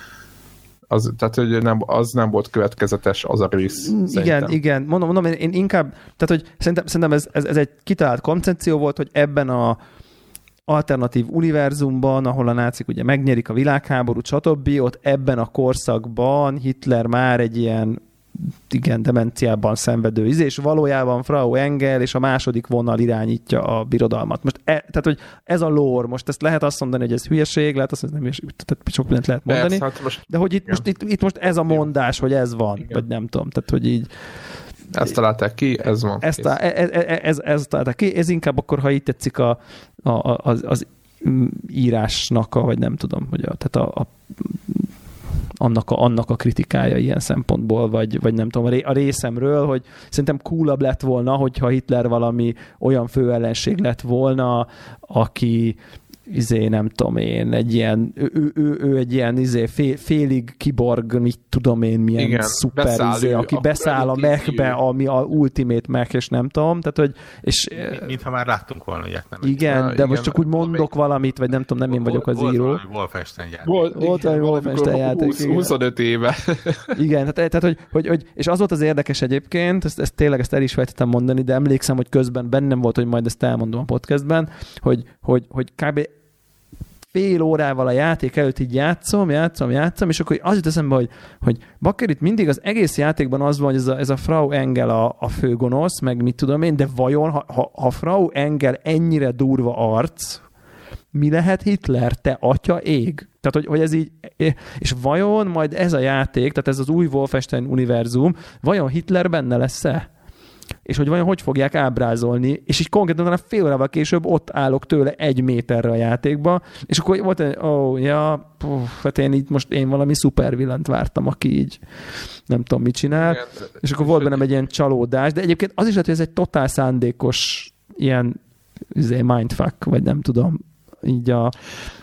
az, tehát, hogy nem, az nem volt következetes az a rész. Igen, szerintem. igen. Mondom, mondom, én inkább, tehát, hogy szerintem, szerintem ez, ez, ez egy kitalált koncepció volt, hogy ebben a alternatív univerzumban, ahol a nácik ugye megnyerik a világháborút, stb. Ott ebben a korszakban Hitler már egy ilyen igen, demenciában szenvedő íz, és valójában Frau Engel és a második vonal irányítja a birodalmat. Most e, tehát, hogy ez a lore, most ezt lehet azt mondani, hogy ez hülyeség, lehet azt mondani, hogy tehát sok mindent lehet mondani, Persze, hát most, de hogy itt most, itt, itt most ez a mondás, hogy ez van, igen. Vagy nem tudom, tehát, hogy így ezt találták ki, ez van. Ezt a, ez, ez, ez, ez találták ki, ez inkább akkor, ha így tetszik a, a, az, az írásnak, a, vagy nem tudom, hogy a, tehát a, a annak a, annak a kritikája ilyen szempontból, vagy, vagy nem tudom, a részemről, hogy szerintem coolabb lett volna, hogyha Hitler valami olyan főellenség lett volna, aki izé, nem tudom én, egy ilyen, ő, ő, ő, ő egy ilyen izé, fél, félig kiborg, mit tudom én, milyen igen, szuper beszáll izé, ő, aki beszáll a mechbe, ami a ultimate mech, és nem tudom, tehát, hogy és, mintha már láttunk volna ilyet, nem? Igen, de igen, most csak úgy mondok valamit, vagy nem tudom, nem én vagyok az volt író. Volt valami Wolfenstein játék. Volt, volt valami Wolfenstein játék. huszonöt éve. Igen, tehát, tehát hogy, hogy, hogy, és az volt az érdekes egyébként, ezt, ezt tényleg ezt el is fejtettem mondani, de emlékszem, hogy közben bennem volt, hogy majd ezt elmondom a podcastben, hogy, hogy, hogy kb. Fél órával a játék előtt így játszom, játszom, játszom, és akkor az jut eszembe, hogy, hogy bakker, itt mindig az egész játékban az van, hogy ez a, ez a Frau Engel a, a főgonosz, meg mit tudom én, de vajon, ha, ha, ha Frau Engel ennyire durva arc, mi lehet Hitler, te atya ég? Tehát, hogy, hogy ez így, és vajon majd ez a játék, tehát ez az új Wolfenstein univerzum, vajon Hitler benne lesz-e? És hogy vajon hogy fogják ábrázolni, és így konkrétan a fél órával később ott állok tőle egy méterre a játékba, és akkor volt egy, ó, oh, ja, puf, hát én így most én valami szupervillant vártam, aki így nem tudom, mit csinál, igen, és akkor volt bennem egy ilyen csalódás, de egyébként az is lehet, hogy ez egy totál szándékos ilyen mindfuck, vagy nem tudom, így a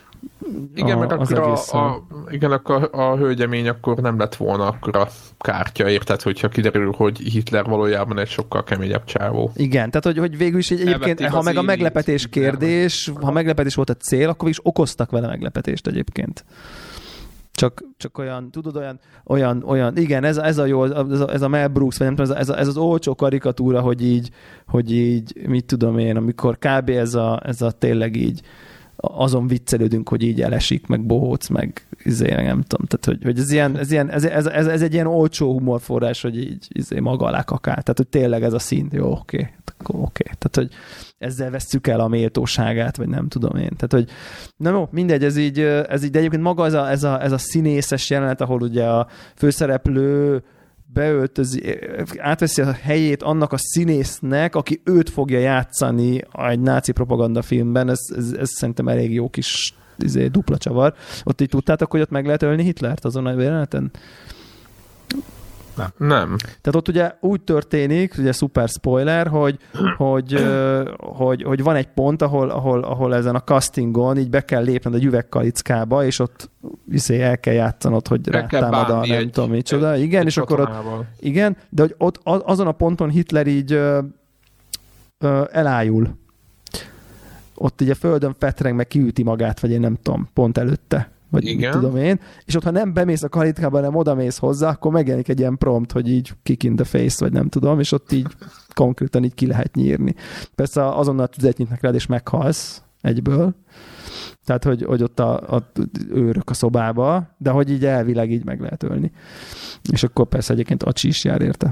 Igen, a, meg akkor a, a, igen, akkor a, a hölgyemény akkor nem lett volna akkor a kártya, érted, hogyha kiderül, hogy Hitler valójában egy sokkal keményebb csávó. Igen, tehát hogy, hogy végül is egy, egyébként, ha meg a meglepetés kérdés, ha meglepetés volt a cél, akkor is okoztak vele meglepetést egyébként. Csak, csak olyan, tudod, olyan, olyan, olyan igen, ez, ez a jó, ez a, ez a Mel Brooks, vagy nem tudom, ez, a, ez az olcsó karikatúra, hogy így, hogy így, mit tudom én, amikor kb. ez a, ez a tényleg így, azon viccelődünk, hogy így elesik, meg bohóc, meg izé, nem tudom, tehát, hogy, hogy ez, ilyen, ez, ilyen, ez, ez, ez, ez egy ilyen olcsó humorforrás, hogy így izé, maga alá kakál, tehát, hogy tényleg ez a szint, jó, oké, okay, oké, okay. Tehát, hogy ezzel vesszük el a méltóságát, vagy nem tudom én. Tehát, hogy na jó, mindegy, ez így, ez így, de egyébként maga ez a, ez a, ez a színészes jelenet, ahol ugye a főszereplő beöltözi, átveszi a helyét annak a színésznek, aki őt fogja játszani egy náci propaganda filmben, ez, ez, ez szerintem elég jó kis izé, dupla csavar. Ott így tudtátok, hogy ott meg lehet ölni Hitlert azon a jeleneten? Nem. Nem. Tehát ott ugye úgy történik, ugye szuper spoiler, hogy, hogy, hogy, hogy van egy pont, ahol, ahol, ahol ezen a castingon így be kell lépned a üvegkalickába, és ott viszont el kell játszanod, hogy rátámad a nem egy, tudom micsoda. Egy, igen, egy és akkor ott, igen, de hogy ott azon a ponton Hitler így ö, ö, elájul. Ott így a földön fetreng, meg kiüti magát, vagy én nem tudom, pont előtte. Vagy igen. Tudom én, és ott ha nem bemész a kalitkába, hanem odamész hozzá, akkor megjelenik egy ilyen prompt, hogy így kick in the face, vagy nem tudom, és ott így konkrétan így ki lehet nyírni. Persze azonnal tüzet nyitnak rád, és meghalsz egyből. Tehát, hogy, hogy ott a, a őrök a szobába, de hogy így elvileg így meg lehet ölni. És akkor persze egyébként acsi is jár érte.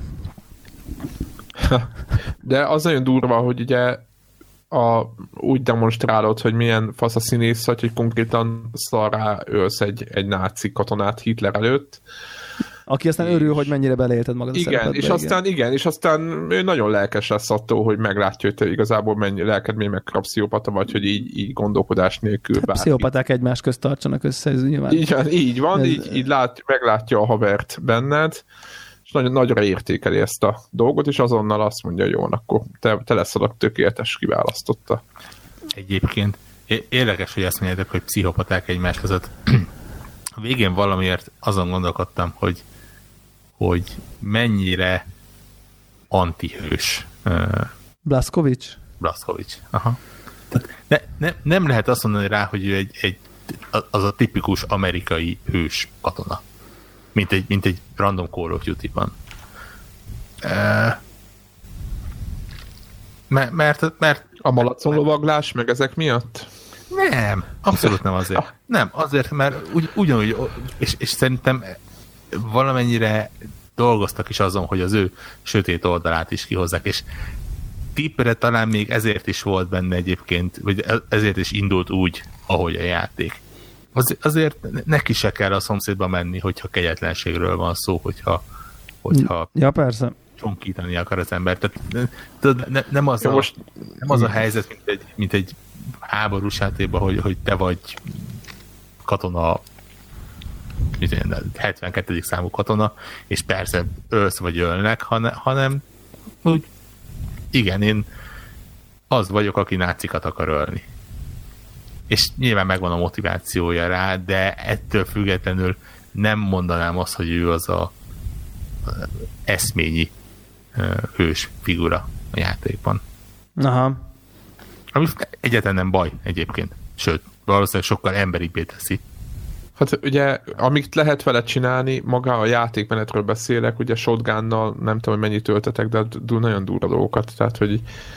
De az nagyon durva, hogy ugye A, úgy demonstrálod, hogy milyen fasz a színész vagy, hogy konkrétan szarrá ölsz egy, egy náci katonát Hitler előtt. Aki aztán és örül, hogy mennyire beleélted magad a igen, szerepedbe. És aztán, igen, és aztán ő nagyon lelkes lesz attól, hogy meglátja, hogy te igazából mennyi lelked még meg pszichopata vagy, hogy így, így gondolkodás nélkül bárki. Pszichopaták egymás közt tartsanak össze, ez nyilván. Így, így van, ez... így, így lát, meglátja a havert benned, és nagyon, nagyra értékeli ezt a dolgot, és azonnal azt mondja, hogy jó, akkor te, te leszel a tökéletes kiválasztotta. Egyébként érdekes, hogy azt mondjátok, hogy pszichopaták egymás között. A végén valamiért azon gondolkodtam, hogy, hogy mennyire antihős. Blaszkovics? Blaszkovics, aha. Ne, ne, nem lehet azt mondani rá, hogy ő egy, egy, az a tipikus amerikai hős katona. Mint egy, mint egy random Call of Duty-ban. Uh, mert, mert, mert a malacon lovaglás, meg ezek miatt? Nem, abszolút nem azért. Nem, azért, mert ugy, ugyanúgy, és, és szerintem valamennyire dolgoztak is azon, hogy az ő sötét oldalát is kihozzák, és tippere talán még ezért is volt benne egyébként, vagy ezért is indult úgy, ahogy a játék. Az, azért neki se kell a szomszédba menni, hogyha kegyetlenségről van szó, hogyha, hogyha ja, persze. csonkítani akar az ember. Tehát ne, ne, nem, az ja, a, most... nem az a helyzet, mint egy, mint egy háborús játékban, hogy, hogy te vagy katona, hetvenkettedik számú katona, és persze ölsz vagy ölnek, hanem, hanem úgy igen, én az vagyok, aki nácikat akar ölni. És nyilván megvan a motivációja rá, de ettől függetlenül nem mondanám azt, hogy ő az a eszményi hős figura a játékban. Aha. Ami egyáltalán nem baj egyébként. Sőt, valószínűleg sokkal emberibbé teszi. Hát ugye, amit lehet vele csinálni, maga a játékmenetről beszélek, ugye shotgunnal, nem tudom, hogy mennyit töltetek, de nagyon durva dolgokat, tehát, hogy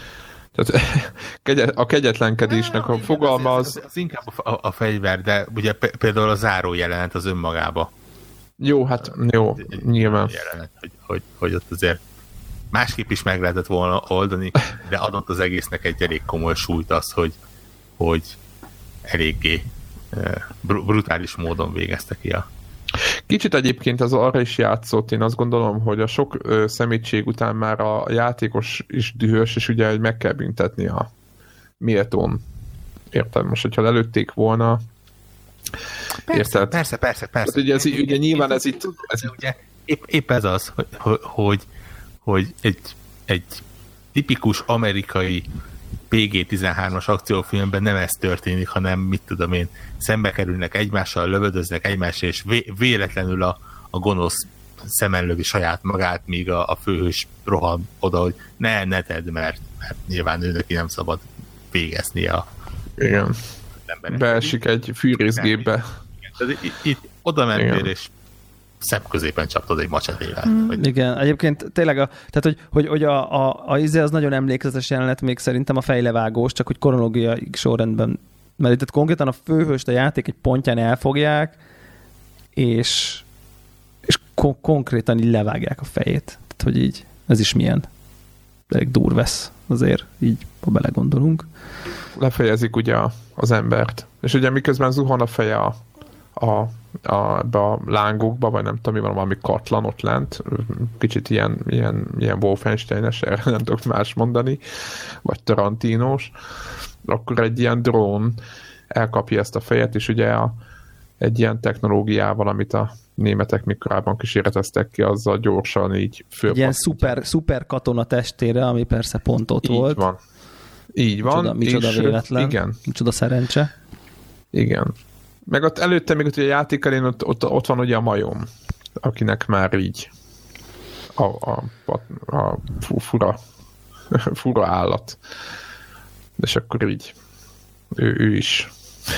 tehát a kegyetlenkedésnek a fogalma az... Az, az inkább a, a fegyver, de ugye például a záró jelenet az önmagába. Jó, hát jó, nyilván. Jelenet, hogy, hogy, hogy ott azért másképp is meg lehetett volna oldani, de adott az egésznek egy elég komoly súlyt az, hogy, hogy eléggé brutális módon végezte ki a... Kicsit egyébként az arra is játszott, én azt gondolom, hogy a sok ö, szemétség után már a játékos is dühös, és ugye, hogy meg kell büntetni a méltón. Érted? Most, hogyha lelőtték volna... Persze, érted? persze, persze, persze. Hát ugye, ez, ugye én, nyilván ez itt... Ez ugye, épp, épp ez az, hogy, hogy, hogy egy, egy tipikus amerikai pé gé tizenhármas akciófilmben nem ez történik, hanem mit tudom én, szembe kerülnek egymással, lövöldöznek egymással, és vé- véletlenül a, a gonosz szemen lövi saját magát, míg a, a főhős rohan oda, hogy ne, ne tedd, mert, mert nyilván ő neki nem szabad végezni a Igen. Beesik egy fűrészgépbe. Igen. Itt, itt oda mentél, és szemközépen csaptad egy macsetével. Mm, vagy... Igen, egyébként tényleg, a, tehát hogy, hogy, hogy a, a, a izé az nagyon emlékezetes jelenet még szerintem a fejlevágós, csak hogy kronológiai sorrendben, mert itt konkrétan a főhőst a játék egy pontján elfogják, és, és kon- konkrétan így levágják a fejét. Tehát, hogy így, ez is milyen elég durvesz azért, így, ha belegondolunk. Lefejezik ugye az embert. És ugye miközben zuhan a feje a, a, a, a lángokba, vagy nem tudom, mi van, valami katlan ott lent, kicsit ilyen, ilyen, ilyen Wolfenstein-es, erre nem tudok más mondani, vagy Tarantinos, akkor egy ilyen drón elkapja ezt a fejet, és ugye a, egy ilyen technológiával, amit a németek még korábban kísérleteztek ki, azzal gyorsan így fölpasszítja. Ilyen szuper, szuper katona testére, ami persze pont ott így volt. Van. Így van. Micsoda, micsoda és, véletlen. Igen. Micsoda szerencse. Igen. Meg ott előtte még ott a játék elén ott, ott, ott van ugye a majom, akinek már így a, a, a, a fura, fura állat. És akkor így ő, ő is.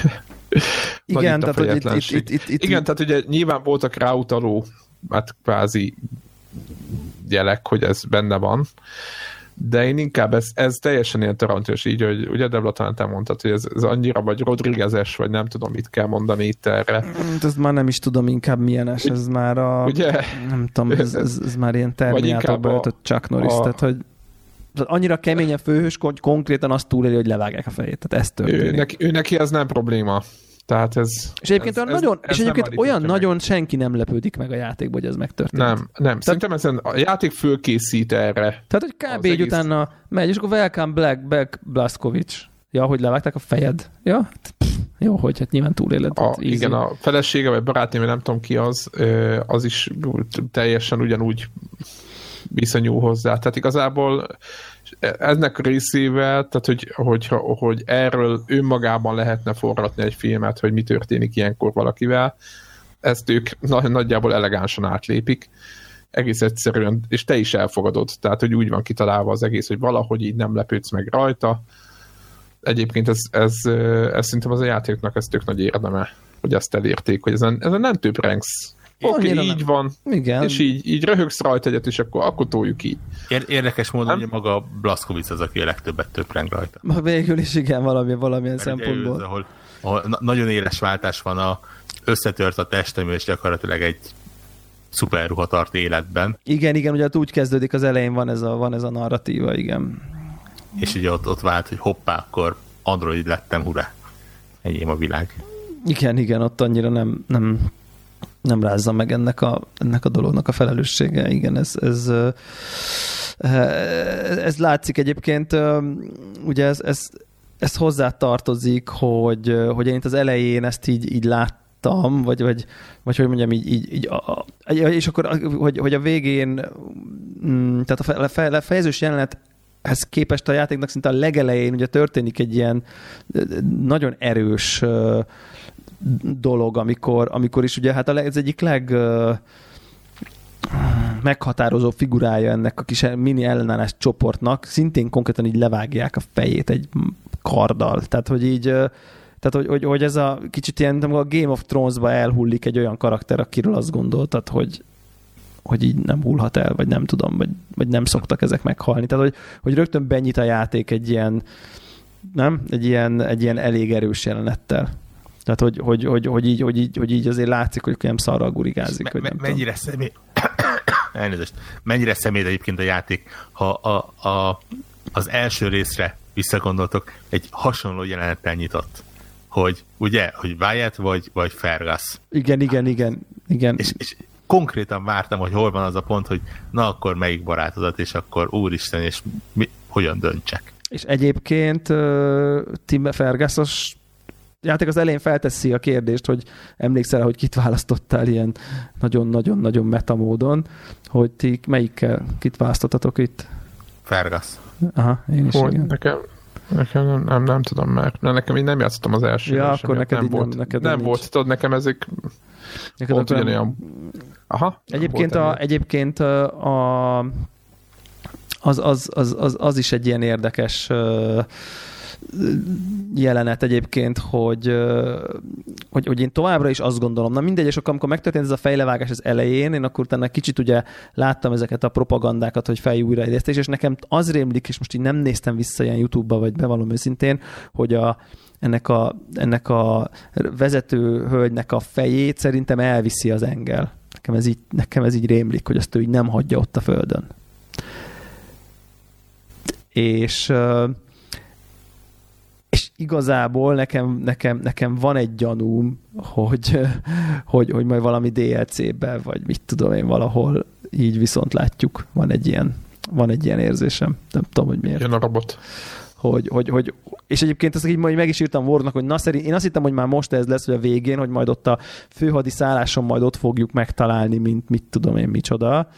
Igen, tehát hogy itt, itt, itt, itt, itt, Igen, tehát ugye nyilván voltak ráutaló, hát kvázi jelek, hogy ez benne van, de én inkább ez, ez teljesen ilyen Tarantinos, így, hogy ugye Debla talán te mondtad, hogy ez, ez annyira vagy Rodriguez-es, vagy nem tudom, mit kell mondani itt erre. Ez már nem is tudom inkább milyenes, ez már a... Ugye? Nem tudom, ez, ez, ez már ilyen Terminátorba ötött Chuck Norris, a... tehát hogy annyira kemény a főhős, hogy konkrétan azt túléli, hogy levágják a fejét, tehát ez történik. Ő neki, ő neki ez nem probléma. Tehát ez... És egyébként, ez, olyan, nagyon, ez, és egyébként olyan meg. nagyon senki nem lepődik meg a játékban, hogy ez megtörtént. Nem, nem. Tehát, szerintem ezen a játék fölkészít erre. Tehát, hogy kb. Így egész... utána megy, és akkor welcome Black, Black Blazkowicz. Ja, hogy levágták a fejed? Ja? Pff, jó, hogy hát nyilván túléled. A, igen, a felesége, vagy barátnő, nem tudom ki az, az is teljesen ugyanúgy viszonyul hozzá. Tehát igazából ennek a részével, tehát hogy, hogy, hogy erről önmagában lehetne forgatni egy filmet, hogy mi történik ilyenkor valakivel, ezt ők nagyjából elegánsan átlépik, egész egyszerűen, és te is elfogadod, tehát hogy úgy van kitalálva az egész, hogy valahogy így nem lepődsz meg rajta. Egyébként ez, ez, ez szerintem az a játéknak ez tök nagy érdeme, hogy ezt elérték, hogy ezen, ezen nem töprengsz. Oké, okay, így nem. Van. Igen. És így, így röhögsz rajta egyet, és akkor, akkor toljuk így. Érdekes módon, hogy maga Blazkowicz az, aki a legtöbbet töpreng rajta. Ma végül is igen, valami, valamilyen Mert szempontból. Az, ahol, ahol na- nagyon éles váltás van, a összetört a testem, és gyakorlatilag egy szuperruha tart életben. Igen, igen, ugye úgy kezdődik az elején, van ez a, van ez a narratíva, igen. És ugye ott, ott vált, hogy hoppá, akkor android lettem, hurrá. Enyém a világ. Igen, igen, ott annyira nem... nem nem rázza meg ennek a, ennek a dolognak a felelőssége. Igen, ez, ez, ez látszik egyébként, ugye ez, ez, ez hozzá tartozik, hogy, hogy én itt az elején ezt így, így láttam, vagy, vagy, vagy hogy mondjam, így, így, így a, és akkor, hogy, hogy a végén, tehát a fejezős jelenethez képest a játéknak szinte a legelején ugye történik egy ilyen nagyon erős dolog, amikor, amikor is ugye hát ez egyik leg uh, meghatározó figurája ennek a kis mini ellenállás csoportnak, szintén konkrétan így levágják a fejét egy karddal. Tehát, hogy így uh, tehát, hogy, hogy, hogy ez a kicsit ilyen, a Game of Thrones-ba elhullik egy olyan karakter, akiről azt gondoltad, hogy hogy így nem hullhat el, vagy nem tudom, vagy, vagy nem szoktak ezek meghalni. Tehát, hogy, hogy rögtön benyit a játék egy ilyen nem? Egy ilyen, egy ilyen elég erős jelenettel. Tehát, hogy, hogy, hogy, hogy, így, hogy, így, hogy így azért látszik, hogy nem szarral gurigázik. Me, hogy nem mennyire személy... Elnézést. Mennyire személy egyébként a játék, ha a, a, az első részre visszagondoltok, egy hasonló jelenettel nyitott. Hogy ugye, hogy Wyatt vagy, vagy Fergus. Igen, igen, igen. igen. És, és konkrétan vártam, hogy hol van az a pont, hogy na akkor melyik barátodat, és akkor úristen, és mi, hogyan döntsek. És egyébként uh, Tim Fergusos játék az elején felteszi a kérdést, hogy emlékszel, hogy kit választottál ilyen nagyon-nagyon-nagyon metamódon, hogy ti melyikkel kit választottatok itt? Fergus. Aha, én is, hogy igen. Nekem, Nekem nem, nem, nem tudom már. Nekem én nem játszottam az első. Ja, akkor neked nem volt. Nem, neked nem volt. Tudod, nekem ezek neked volt ugyanolyan... Aha. Egyébként, a, egyébként a, az, az, az, az, az is egy ilyen érdekes jelenet egyébként, hogy, hogy, hogy én továbbra is azt gondolom, na mindegy, és akkor amikor megtörtént ez a fejlevágás az elején, én akkor utána kicsit ugye láttam ezeket a propagandákat, hogy fej újraélesztés, és nekem az rémlik, és most így nem néztem vissza ilyen YouTube-ba, vagy bevallom őszintén, hogy a, ennek, a, ennek a vezető hölgynek a fejét szerintem elviszi az engel. Nekem ez így, nekem ez így rémlik, hogy azt ő így nem hagyja ott a földön. És és igazából nekem, nekem, nekem van egy gyanúm, hogy, hogy, hogy majd valami dé el cé-ben, vagy mit tudom én, valahol így viszont látjuk. Van egy ilyen, van egy ilyen érzésem. Nem tudom, hogy miért. Jön a robot. Hogy, hogy, hogy, és egyébként ezt így majd meg is írtam Wardnak, hogy na szerint, én azt hittem, hogy már most ez lesz, hogy a végén, hogy majd ott a főhadi szálláson majd ott fogjuk megtalálni, mint mit tudom én micsoda.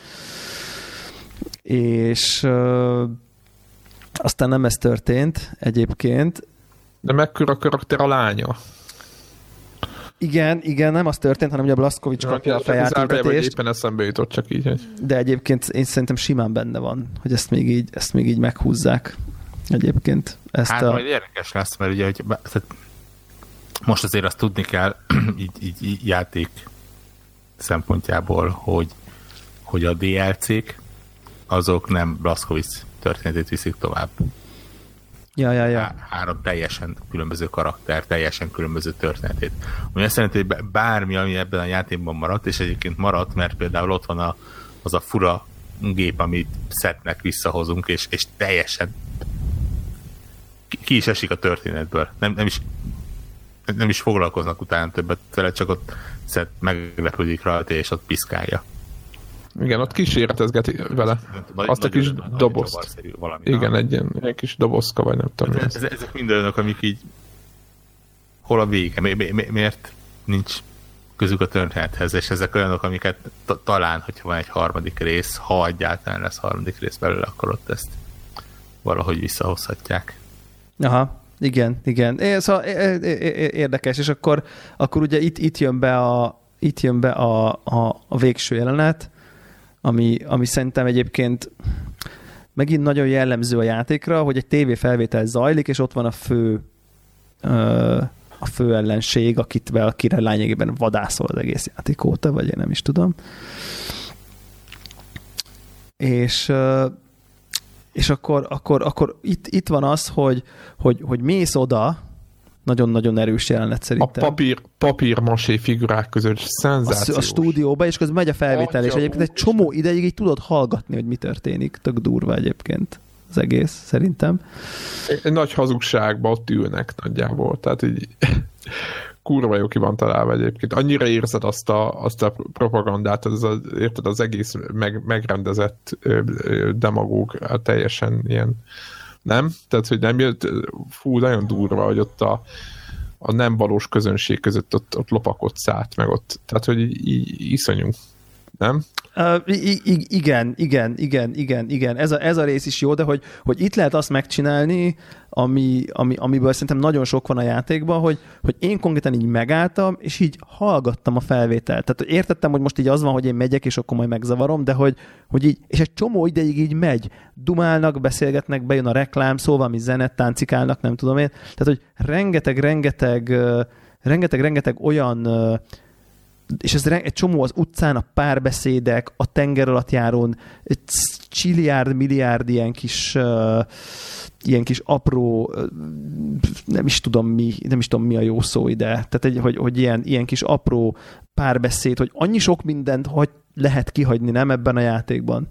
És ö, aztán nem ez történt egyébként. De mekkora karakter a lánya? Igen, igen, nem az történt, hanem ugye Blaszkovics kapja a fejátültetést. Éppen eszembe jutott csak így. Hogy... De egyébként én szerintem simán benne van, hogy ezt még így, ezt még így meghúzzák. Egyébként. Ezt hát a... majd érdekes lesz, mert ugye hogy, tehát most azért azt tudni kell így, így, így játék szempontjából, hogy, hogy a dé el cé-k azok nem Blaszkovics történetét viszik tovább. Ja, ja, ja. Három teljesen különböző karakter, teljesen különböző történetét. Ami azt jelenti, hogy bármi, ami ebben a játékban maradt, és egyébként maradt, mert például ott van a, az a fura gép, amit Sethnek visszahozunk, és, és teljesen ki is esik a történetből. Nem, nem, is, nem is foglalkoznak utána többet vele, csak ott Seth meglepődik rajta, és ott piszkálja. Igen, ott kísérletezgeti vele. Nagy, azt a kis dobozt. Igen, egy ilyen, egy kis dobozka, vagy nem tudom. Ez, ez, ezek mind olyanok, amik így hol a vége? Mi, mi, mi, miért nincs közük a történethez? És ezek olyanok, amiket t- talán, hogyha van egy harmadik rész, ha egyáltalán lesz harmadik rész belőle, akkor ott ezt valahogy visszahozhatják. Aha, igen, igen. É, szóval érdekes, és akkor, akkor ugye itt, itt jön be a, itt jön be a, a, a végső jelenet, ami, ami szerintem egyébként megint nagyon jellemző a játékra, hogy egy tévéfelvétel zajlik, és ott van a fő a fő ellenség, akit, akire lényegében vadászol az egész játék óta, vagy én nem is tudom. És és akkor, akkor, akkor itt, itt van az, hogy, hogy, hogy mész oda, nagyon-nagyon erős jelenet szerintem. A papír, papírmasé figurák között szenzációs. A, a stúdióba, és közben megy a felvétel, és egyébként egy csomó ideig így tudod hallgatni, hogy mi történik. Tök durva egyébként az egész, szerintem. Egy nagy hazugságban ott ülnek nagyjából, tehát így kurva jó ki van találva egyébként. Annyira érzed azt a, azt a propagandát, az, az, érted, az egész meg, megrendezett ö, ö, demagóg teljesen ilyen, nem? Tehát, hogy nem jött, fú, nagyon durva, hogy ott a, a nem valós közönség között ott, ott lopakodsz át, meg ott, tehát, hogy így, így iszonyú, nem? Uh, igen, igen, igen, igen, igen. Ez a, ez a rész is jó, de hogy, hogy itt lehet azt megcsinálni, ami, ami, amiből szerintem nagyon sok van a játékban, hogy, hogy én konkrétan így megálltam, és így hallgattam a felvételt. Tehát értettem, hogy most így az van, hogy én megyek, és akkor majd megzavarom, de hogy, hogy így, és egy csomó ideig így megy. Dumálnak, beszélgetnek, bejön a reklám, szóval mi zenet, táncikálnak, nem tudom én. Tehát, hogy rengeteg, rengeteg, rengeteg, rengeteg olyan és ez egy csomó az utcán, a párbeszédek, a tenger alatt járón, egy csilliárd, milliárd ilyen kis, uh, ilyen kis apró, uh, nem is tudom mi, nem is tudom mi a jó szó ide, tehát egy, hogy, hogy ilyen, ilyen kis apró párbeszéd, hogy annyi sok mindent hogy lehet kihagyni, nem ebben a játékban.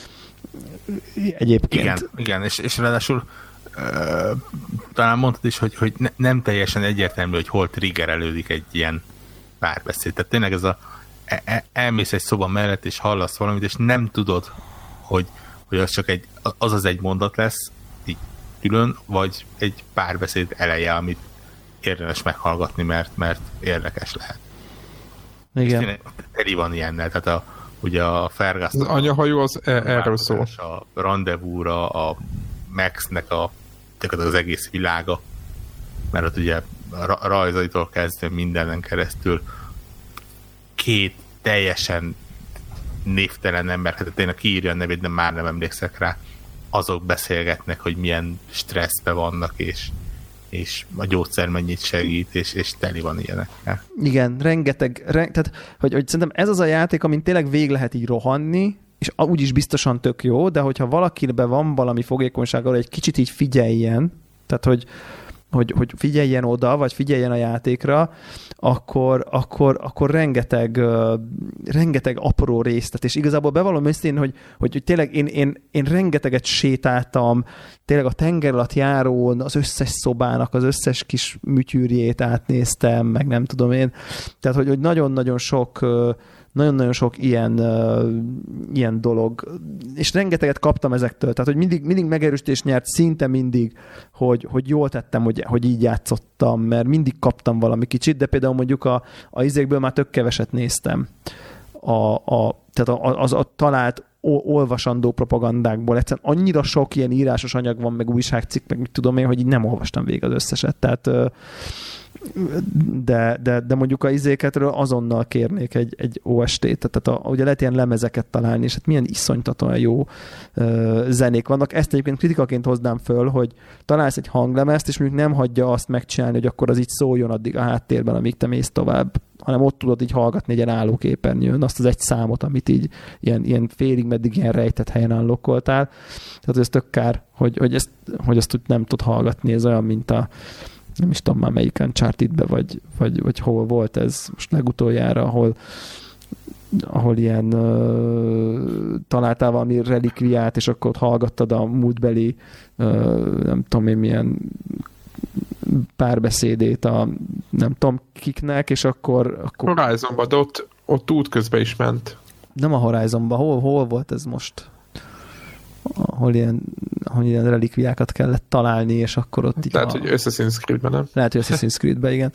Egyébként. Igen, igen, és, és ráadásul uh, talán mondtad is, hogy, hogy ne, nem teljesen egyértelmű, hogy hol triggerelődik egy ilyen párbeszéd. Tehát tényleg ez a elmész egy szoba mellett, és hallasz valamit, és nem tudod, hogy, hogy az csak egy, az az egy mondat lesz, így külön, vagy egy párbeszéd eleje, amit érdemes meghallgatni, mert, mert érdekes lehet. Igen. Tényleg teli van ilyennel, tehát a, ugye a Fergus az anyahajó az erről szól. A rendezvúra, a Maxnek a az egész világa, mert ott ugye a rajzaitól kezdve mindenen keresztül két teljesen névtelen ember, hát tényleg kiírja a nevét, de már nem emlékszek rá, azok beszélgetnek, hogy milyen stresszbe vannak, és, és a gyógyszer mennyit segít, és, és teli van ilyenekkel. Igen, rengeteg, re, tehát hogy, hogy szerintem ez az a játék, amin tényleg vég lehet így rohanni, és úgyis biztosan tök jó, de hogyha valakiben van valami fogékonysága, hogy egy kicsit így figyeljen, tehát hogy Hogy, hogy figyeljen oda, vagy figyeljen a játékra, akkor, akkor, akkor rengeteg, uh, rengeteg apró részlet, és igazából bevallom őszintén, hogy, hogy, hogy tényleg én, én, én rengeteget sétáltam, tényleg a tenger alatt járón az összes szobának, az összes kis műtyűrjét átnéztem, meg nem tudom én. Tehát, hogy, hogy nagyon-nagyon sok uh, nagyon-nagyon sok ilyen, uh, ilyen dolog, és rengeteget kaptam ezektől, tehát hogy mindig, mindig megerősítést nyert, szinte mindig, hogy, hogy jól tettem, hogy, hogy így játszottam, mert mindig kaptam valami kicsit, de például mondjuk a, a izékből már tök keveset néztem. A, a, tehát a, az a talált olvasandó propagandákból. Egyszerűen annyira sok ilyen írásos anyag van, meg újságcikk, meg mit tudom én, hogy így nem olvastam végig az összeset. Tehát de, de, de mondjuk a izéketről azonnal kérnék egy, egy o es té-t, tehát a, ugye lehet ilyen lemezeket találni, és hát milyen iszonytatóan jó uh, zenék vannak. Ezt egyébként kritikaként hoznám föl, hogy találsz egy hanglemezt, és mondjuk nem hagyja azt megcsinálni, hogy akkor az így szóljon addig a háttérben, amíg te mész tovább, hanem ott tudod így hallgatni egy ilyen állóképernyőn azt az egy számot, amit így ilyen, ilyen félig meddig ilyen rejtett helyen állokkoltál. Tehát ez tök kár, hogy, hogy, ezt, hogy azt nem tud hallgatni, ez olyan, mint a nem is tudom már melyik Uncharted-be, vagy, vagy, vagy hol volt ez most legutoljára, ahol, ahol ilyen uh, találtál valami relikviát, és akkor ott hallgattad a múltbeli uh, nem tudom én milyen párbeszédét a nem tudom kiknek, és akkor... akkor... Horizonban, de ott, ott útközben is ment. Nem a Horizonban, hol, hol volt ez most? Ahol ilyen, ahol ilyen relikviákat kellett találni, és akkor ott így... Lehet, a... hogy Assassin's Creed-ben, nem? Lehet, hogy Assassin's Creed-ben, igen.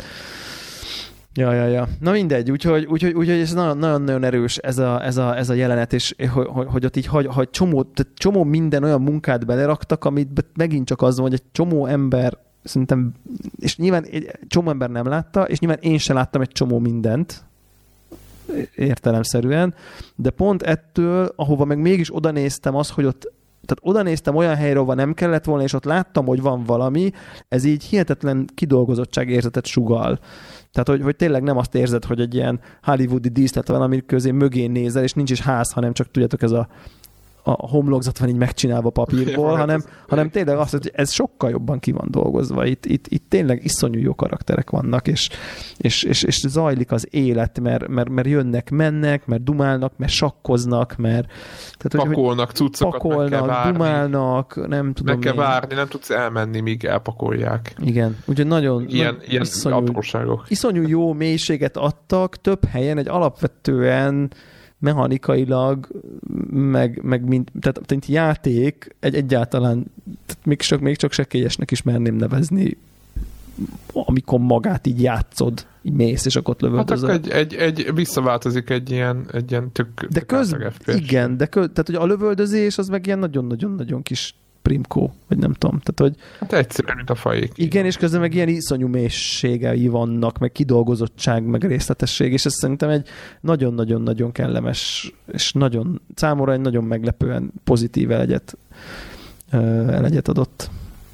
Ja, ja, ja. Na mindegy, úgyhogy, úgyhogy, úgyhogy ez nagyon-nagyon erős ez a, ez a, ez a jelenet, és hogy, hogy ott így hogy, hogy csomó, csomó minden olyan munkát beleraktak, amit megint csak az van, hogy egy csomó ember szerintem, és nyilván egy csomó ember nem látta, és nyilván én sem láttam egy csomó mindent, értelemszerűen, de pont ettől, ahova meg mégis oda néztem az, hogy ott tehát oda néztem olyan helyre, ahova nem kellett volna, és ott láttam, hogy van valami, ez így hihetetlen kidolgozottság érzetet sugal. Tehát, hogy, hogy tényleg nem azt érzed, hogy egy ilyen hollywoodi díszlet van, ami közé mögé nézel, és nincs is ház, hanem csak tudjátok, ez a, a homlokzat van így megcsinálva papírból, hanem, hanem tényleg azt, hogy ez sokkal jobban ki van dolgozva. Itt, itt, itt tényleg iszonyú jó karakterek vannak, és, és, és, és zajlik az élet, mert, mert, mert jönnek, mennek, mert dumálnak, mert sakkoznak, mert tehát, pakolnak hogy, cuccokat, pakolnak, meg kell várni. Dumálnak, nem tudom. Meg kell én. várni, nem tudsz elmenni, míg elpakolják. Igen, úgyhogy nagyon ilyen, nagyon ilyen iszonyú, apróságok. Iszonyú jó mélységet adtak, több helyen egy alapvetően mechanikailag, meg, meg mint, tehát, mint játék, egy egyáltalán tehát még, csak, még csak sekélyesnek is merném nevezni, amikor magát így játszod, így mész, és akkor ott lövöldözöl. Hát akkor egy, egy, egy, visszaváltozik egy ilyen, egy ilyen tök, de tök közben, igen, de köz, tehát hogy a lövöldözés az meg ilyen nagyon-nagyon-nagyon kis primkó, vagy nem tudom. Tehát, hogy hát egyszerűen, mint a fajék. Igen, és közben meg ilyen iszonyú mélységei vannak, meg kidolgozottság, meg részletesség, és ez szerintem egy nagyon-nagyon-nagyon kellemes, és nagyon, számomra egy nagyon meglepően pozitív elegyet, elegyet adott.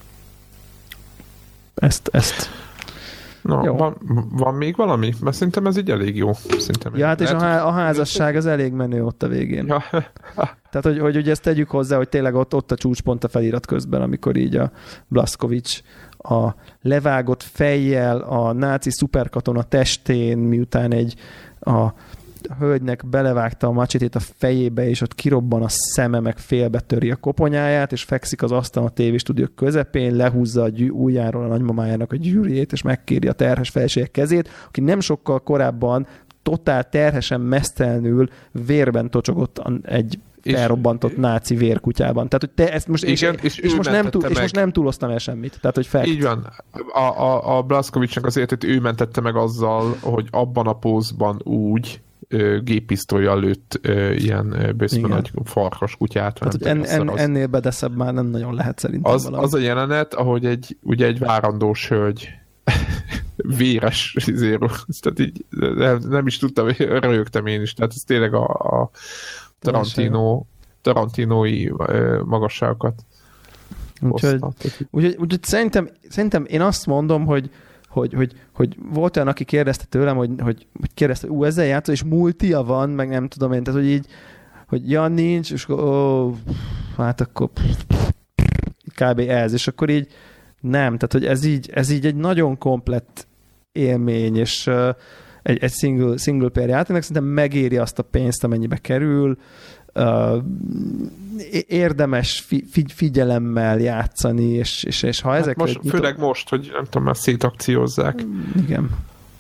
Ezt, ezt. No, van, van még valami? Mert szerintem ez így elég jó. Szerintem ja, hát és lehet, a, há- a házasság az elég menő ott a végén. Ja. Tehát, hogy, hogy, hogy ezt tegyük hozzá, hogy tényleg ott, ott a csúcspont a felirat közben, amikor így a Blazkowicz a levágott fejjel a náci szuperkatona testén, miután egy a hölgynek belevágta a macsétét a fejébe, és ott kirobban a szeme, meg félbetöri a koponyáját, és fekszik az asztalon a tévéstúdió közepén, lehúzza a gyű, ujjáról a nagymamájának a gyűrűjét, és megkéri a terhes felesége kezét, aki nem sokkal korábban totál terhesen, mesztelenül vérben tocsogott egy felrobbantott és, náci vérkutyában. Tehát, hogy te ezt most, igen, és, és, és, most nem túl, és most nem túloztam el semmit. Tehát, hogy fact. Így van. A, a, a Blazkowicznak az életét ő mentette meg azzal, hogy abban a pózban úgy ö, géppisztollyal lőtt ö, ilyen bőszben nagy farkas kutyát. Hát, en, en, ennél bedeszebb már nem nagyon lehet szerintem az, az a jelenet, ahogy egy, ugye egy várandós hölgy véres izéről, tehát így nem, nem is tudtam, röhögtem én is, tehát ez tényleg a, a Tarantino, Tarantinói magasságokat. Úgyhogy, úgyhogy, úgyhogy szerintem, szerintem én azt mondom, hogy, hogy, hogy, hogy volt olyan, aki kérdezte tőlem, hogy, hogy, hogy kérdezte, ú, ezzel játszol, és multia van, meg nem tudom én, tehát hogy így, hogy ja, nincs, és akkor, ó, hát akkor kb. Ez, és akkor így nem, tehát hogy ez így, ez így egy nagyon komplett élmény, és uh, egy, egy single, single player játéknak szerintem megéri azt a pénzt, amennyibe kerül, uh, érdemes fi, figy, figyelemmel játszani, és, és, és ha hát ezek... Most, nyitom... Főleg most, hogy nem tudom, már szétakciózzák. Igen.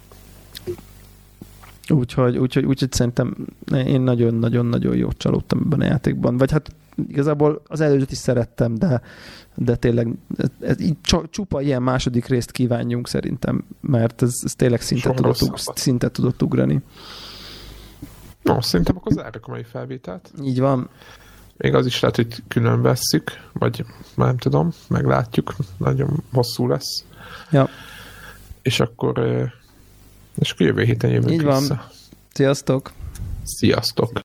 Úgyhogy, úgyhogy, úgyhogy szerintem én nagyon-nagyon-nagyon jót csalódtam ebben a játékban. Vagy hát igazából az előzőt is szerettem, de, de tényleg ez, így csupa ilyen második részt kívánjunk szerintem, mert ez, ez tényleg szintet tudott, ug, szintet tudott ugrani. No, szerintem akkor zárjuk a mai felvételt. Így van. Még az is lehet, hogy külön vesszük, vagy már nem tudom, meglátjuk, nagyon hosszú lesz. Ja. És akkor, és akkor jövő héten jövünk Így van. vissza. Sziasztok! Sziasztok!